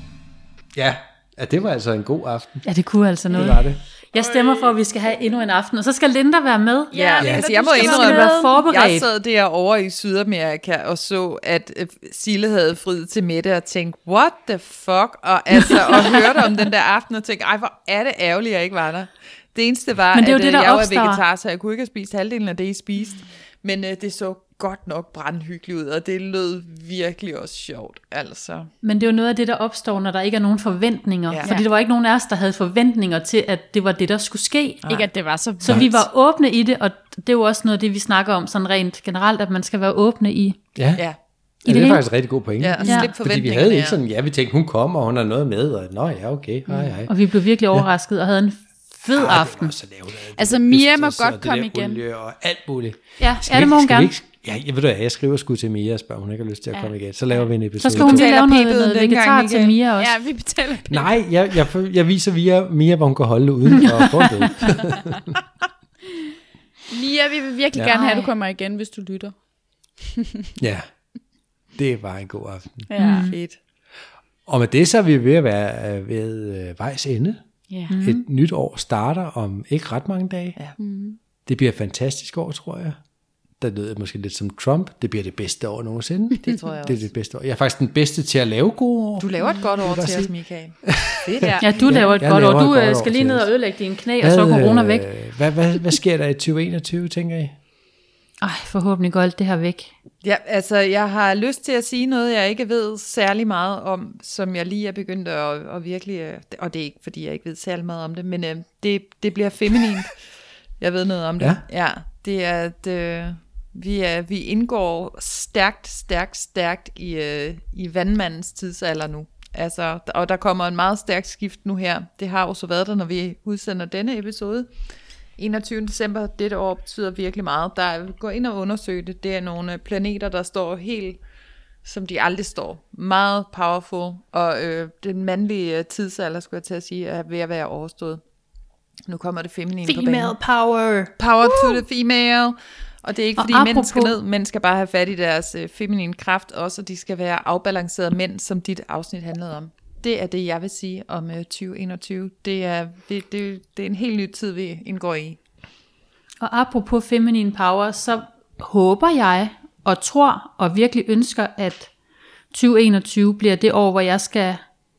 Ja, ja, det var altså en god aften. Ja, det kunne altså Det noget. var det. Jeg stemmer for, at vi skal have endnu en aften, og så skal Linda være med. Ja, ja. Altså, jeg må skal indrømme, være forberedt. jeg sad derovre i Sydamerika og så, at øh, Sille havde friet til Mette og tænkte, what the fuck? Og, altså, og hørte om den der aften og tænkte, ej, hvor er det ærgerligt, jeg ikke var der. Det eneste var, Men det er jo at det, øh, der jeg var opstår. vegetar, så jeg kunne ikke have spist halvdelen af det, I spiste. Men øh, det så godt nok brandhyggeligt ud, og det lød virkelig også sjovt, altså. Men det er jo noget af det, der opstår, når der ikke er nogen forventninger. Ja. Ja. Fordi der var ikke nogen af os, der havde forventninger til, at det var det, der skulle ske. Ikke at det var så Så vi var åbne i det, og det er jo også noget af det, vi snakker om sådan rent generelt, at man skal være åbne i, Ja, Ja, ja i det det er hele. faktisk et rigtig god point. ja og Ja. slip Fordi vi forventningerne. havde ikke ja. sådan, ja, vi tænkte, hun kommer, og hun har noget med, og nå ja, okay, hej, hej. Og vi blev virkelig overrasket og havde en fed Ej, aften. det var så lavet af det Altså, der Mia må østers og godt det komme der igen. olie Og alt muligt. Ja, Skal ja, vi det må ikke- hun skal vi gerne. ikke- Ja, jeg ved du hvad, jeg skriver sgu til Mia og spørger, hun ikke har lyst til at komme igen. Så laver vi en episode. Så skal hun lige betaler lave noget, p-bøden noget dengang, vegetar Michael. til Mia også. Ja, vi betaler penge. Nej, jeg, jeg, jeg viser via Mia, hvor hun kan holde uden og få en bøde. Mia, vi vil virkelig Ja. gerne have, at du kommer igen, hvis du lytter. Ja, det var en god aften. Ja. Mm. Fedt. Og med det så er vi ved at være øh, ved øh, vejs ende. Ja. Mm. Et nyt år starter om ikke ret mange dage. Ja. Mm. Det bliver et fantastisk år, tror jeg. Der lyder måske lidt som Trump. Det bliver det bedste år nogensinde. Det tror jeg Det er også. det bedste år. Jeg er faktisk den bedste til at lave gode år. Du laver et godt år jeg til sige. os, Michael. Fedt, ja. Ja, du laver et jeg godt laver år. et Du godt øh, år skal lige til ned os. og ødelægge dine knæ, og så er corona væk. Hvad, hvad, hvad sker der i tyve enogtyve, tænker I? Ej, forhåbentlig går alt det her væk. Ja, altså jeg har lyst til at sige noget, jeg ikke ved særlig meget om, som jeg lige er begyndt at, at virkelig, øh, og det er ikke, fordi jeg ikke ved særlig meget om det, men øh, det, det bliver feminint. Jeg ved noget om det. Ja. Ja, det er, at øh, vi, er, vi indgår stærkt, stærkt, stærkt i, øh, i vandmandens tidsalder nu. Altså, og der kommer en meget stærk skift nu her. Det har jo så været der, når vi udsender denne episode. enogtyvende december dette år betyder virkelig meget. Der går ind og undersøge det. Det er nogle planeter, der står helt, som de aldrig står. Meget powerful. Og øh, den mandlige tidsalder, skulle jeg til at sige, er ved at være overstået. Nu kommer det feminine på banen. power. Power to the female. Og det er ikke, Og fordi mænd apropos- skal ned. Mænd skal bare have fat i deres øh, feminine kraft også, og de skal være afbalancerede mænd, som dit afsnit handlede om. Det er det, jeg vil sige om øh, tyve enogtyve. Det er, det, det, det er en helt ny tid, vi indgår i. Og apropos feminine power, så håber jeg og tror og virkelig ønsker, at tyve enogtyve bliver det år, hvor jeg skal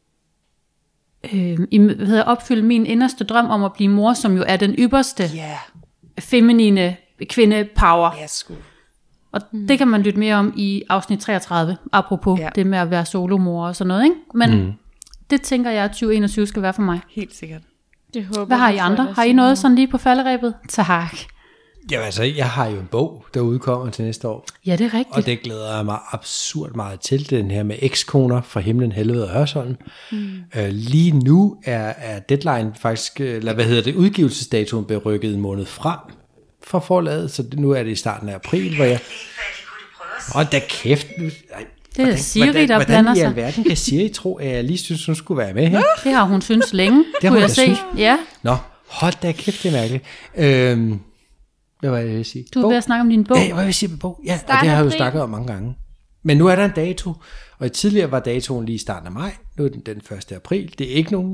øh, i- hvad hedder, opfylde min inderste drøm om at blive mor, som jo er den ypperste Ja, feminine kvinde-power. ja sgu. Og det kan man lytte mere om i afsnit treogtredive, apropos Ja. ja. det med at være solomor og sådan noget. Ikke? Men mm. det tænker jeg, at tyve enogtyve skal være for mig. Helt sikkert. Det håber Hvad har vi I for andre? dig, Har I Simon. noget sådan lige på falderæbet? Tak. Jamen altså, jeg har jo en bog, der udkommer til næste år. Ja, det er rigtigt. Og det glæder jeg mig absurd meget til, den her med ekskoner fra himlen, helvede og Hørsholm. Mm. Øh, lige nu er, er deadline faktisk, eller hvad hedder det, udgivelsesdatoen blev rykket en måned frem fra forlaget, så det, nu er det i starten af april, hvor jeg... Hold da kæft. Nu, ej, Det er Siri, der hvordan, blander Hvordan i sig. alverden kan Siri tro, at jeg lige synes, hun skulle være med her? Det har hun synes længe, har kunne hun jeg da se. synes. Ja, Nå, hold da kæft, det er mærkeligt. Øhm, hvad var det, jeg ville sige? du er Bog. ved at snakke om din bog. Ja, hvad vil jeg sige med bog? Ja, og Start det har jeg jo april. snakket om mange gange. Men nu er der en dato, og tidligere var datoen lige i starten af maj, nu er den den første april. Det er ikke nogen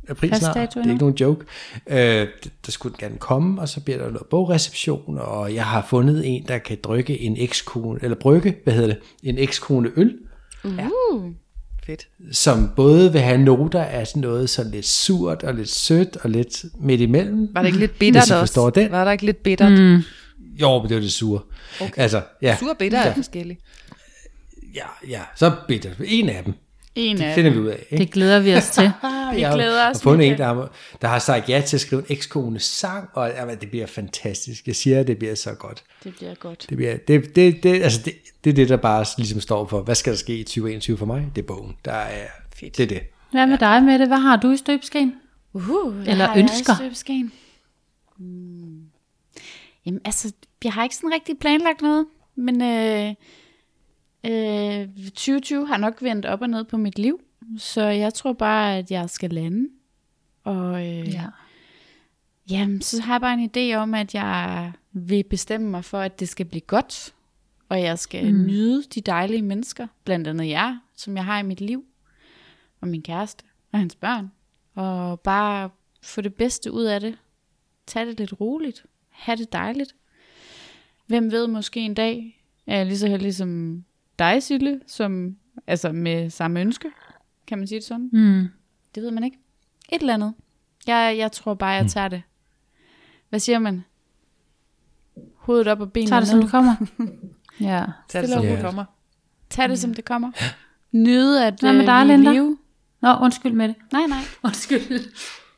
april Fast snart. dato Det er ikke nogen joke. Øh, der skulle den gerne komme, og så bliver der noget bogreception, og jeg har fundet en, der kan drykke en ekskone, eller brygge, hvad hedder det, en ekskone øl, Uh. Fedt. som både vil have noter af sådan noget sådan lidt surt og lidt sødt og lidt midt imellem. Var det ikke lidt bittert Hvis I også? forstår den. Var der ikke lidt bittert? Mm. Jo, men det var det sure. Okay. Altså, ja. Sur og bitter er forskellige. Ja, ja, så bitter. En af dem. En Det af finder dem. vi ud af, ikke? Det glæder vi os til. Vi Jeg har- glæder os, har fundet en, Michael. der har, der har sagt ja til at skrive en ekskone sang, og jamen, det bliver fantastisk. Jeg siger, at det bliver så godt. Det bliver godt. Det, bliver, det, det, det, altså det, det er det, der bare ligesom står for, hvad skal der ske i tyve enogtyve for mig? Det er bogen. Der er, Fedt. det er det. Hvad med dig, Mette? Hvad har du i støbeskeen? Uh, hvad Eller har jeg ønsker. i støbeskeen? Hmm. Jamen altså, jeg har ikke sådan rigtig planlagt noget, men øh, øh, tyve tyve har nok vendt op og ned på mit liv, så jeg tror bare, at jeg skal lande. Og øh, Ja. jamen, så har jeg bare en idé om, at jeg vil bestemme mig for, at det skal blive godt, og jeg skal mm. nyde de dejlige mennesker, blandt andet jer, som jeg har i mit liv, og min kæreste og hans børn, og bare få det bedste ud af det. Tag det lidt roligt. Ha' det dejligt. Hvem ved, måske en dag er jeg lige så heldig som dig, Sille, som, altså med samme ønske. Kan man sige det sådan? Mm. Det ved man ikke. Et eller andet. Jeg, jeg tror bare, jeg tager det. Hvad siger man? Hovedet op og benene Tag det, som ned. det kommer. Ja. Tag det, Stille som og det roligt. kommer. Tag det, som det kommer. Nyde at Hvad med øh, dig, vi er i Linda? live. Nå, undskyld med det. Nej, nej. Undskyld.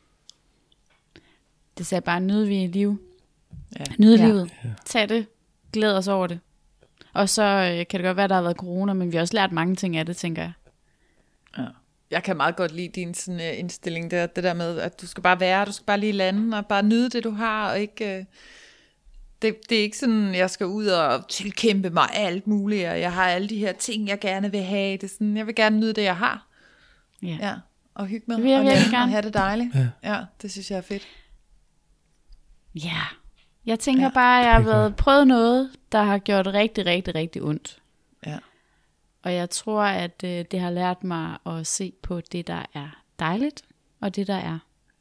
Det sagde bare, nyde vi er i live. Ja. Nyde Ja. livet. Tag det. Glæd os over det. Og så øh, kan det godt være, der har været corona, men vi har også lært mange ting af det, tænker jeg. Jeg kan meget godt lide din sådan, uh, indstilling der, det der med, at du skal bare være, du skal bare lige lande, og bare nyde det, du har, og ikke... Uh, det, det er ikke sådan, jeg skal ud og tilkæmpe mig alt muligt, og jeg har alle de her ting, jeg gerne vil have. Det er sådan, jeg vil gerne nyde det, jeg har. Ja. Ja, og hygge med, Det vil jeg og virkelig lande, og gerne. have det dejligt. Ja. Ja, det synes jeg er fedt. Ja. Jeg tænker Ja, ja, bare, at jeg har det er været prøvet noget, der har gjort rigtig, rigtig, rigtig ondt. Ja. Og jeg tror, at øh, det har lært mig at se på det, der er dejligt, og det, der er.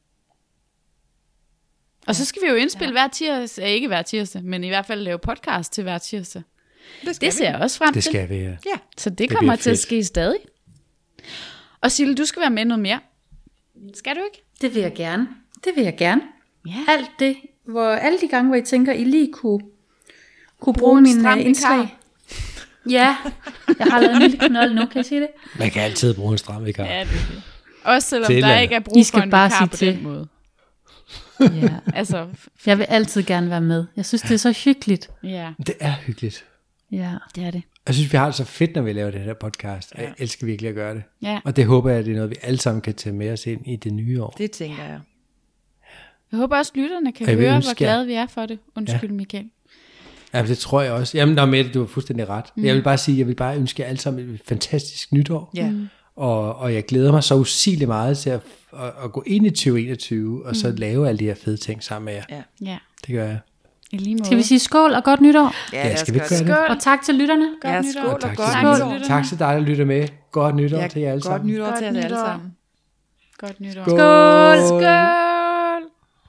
Og så skal vi jo indspille ja. hver tirsdag, ja, ikke hver tirsdag, men i hvert fald lave podcast til hver tirsdag. Det, skal Det ser jeg også frem Det til. skal vi, ja. Ja. Så det, Det kommer bliver til at fedt. ske stadig. Og Sille, du skal være med noget mere. Skal du ikke? Det vil jeg gerne. Det vil jeg gerne. Ja. Alt det, hvor alle de gange, hvor I tænker, I lige kunne, kunne Bruge bruge en min stram uh, indslag. vikar. Ja, jeg har lavet en lille knold nu, kan jeg sige det? Man kan altid bruge en stram vikar. Ja, det er det. Også selvom Til et der eller ikke er I brug skal for en bare vikar sige på til. den måde. Ja. Altså, Jeg vil altid gerne være med. Jeg synes, det er så hyggeligt. ja, Det er hyggeligt. Ja. det er det. Jeg synes, vi har det så fedt, når vi laver det her podcast. Jeg elsker virkelig at gøre det. Ja. Og det håber jeg, det er noget, vi alle sammen kan tage med os ind i det nye år. Det tænker jeg. Jeg håber også, lytterne kan Og jeg vil høre, ønske hvor jer- glade vi er for det. Undskyld, ja. Michael. Ja, det tror jeg også. Jamen, nå, Mette, du har fuldstændig ret. Mm. Jeg vil bare sige, jeg vil bare ønske jer alle sammen et fantastisk nytår. Ja. Mm. Og, og jeg glæder mig så usigeligt meget til at, at, at gå ind i tyve enogtyve, og så lave alle de her fede ting sammen med jer. Ja. Ja, Det gør jeg. i lige måde. Skal vi sige skål og godt nytår? Ja, Ja, lad os skal vi gøre gøre det? Skål. Og tak til lytterne. Godt Ja, nytår. skål og Tak godt til, nytår. skål. Tak til dig, der lytter med. Godt nytår Ja, til jer alle godt sammen. nytår Godt til jer alle nytår. sammen. Godt nytår. Skål. Skål.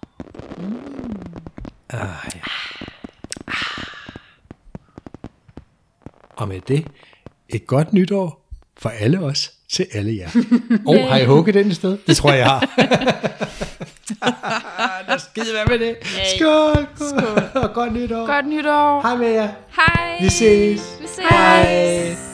Ah, ja. Og med det, et godt nytår for alle os til alle jer. Og oh, har I hugget den et sted? Det tror jeg, jeg har. Der skide være med det. Skål. Skål. Og godt nytår. Godt nytår. Hej med jer. Hej. Vi ses. Vi ses. Hej.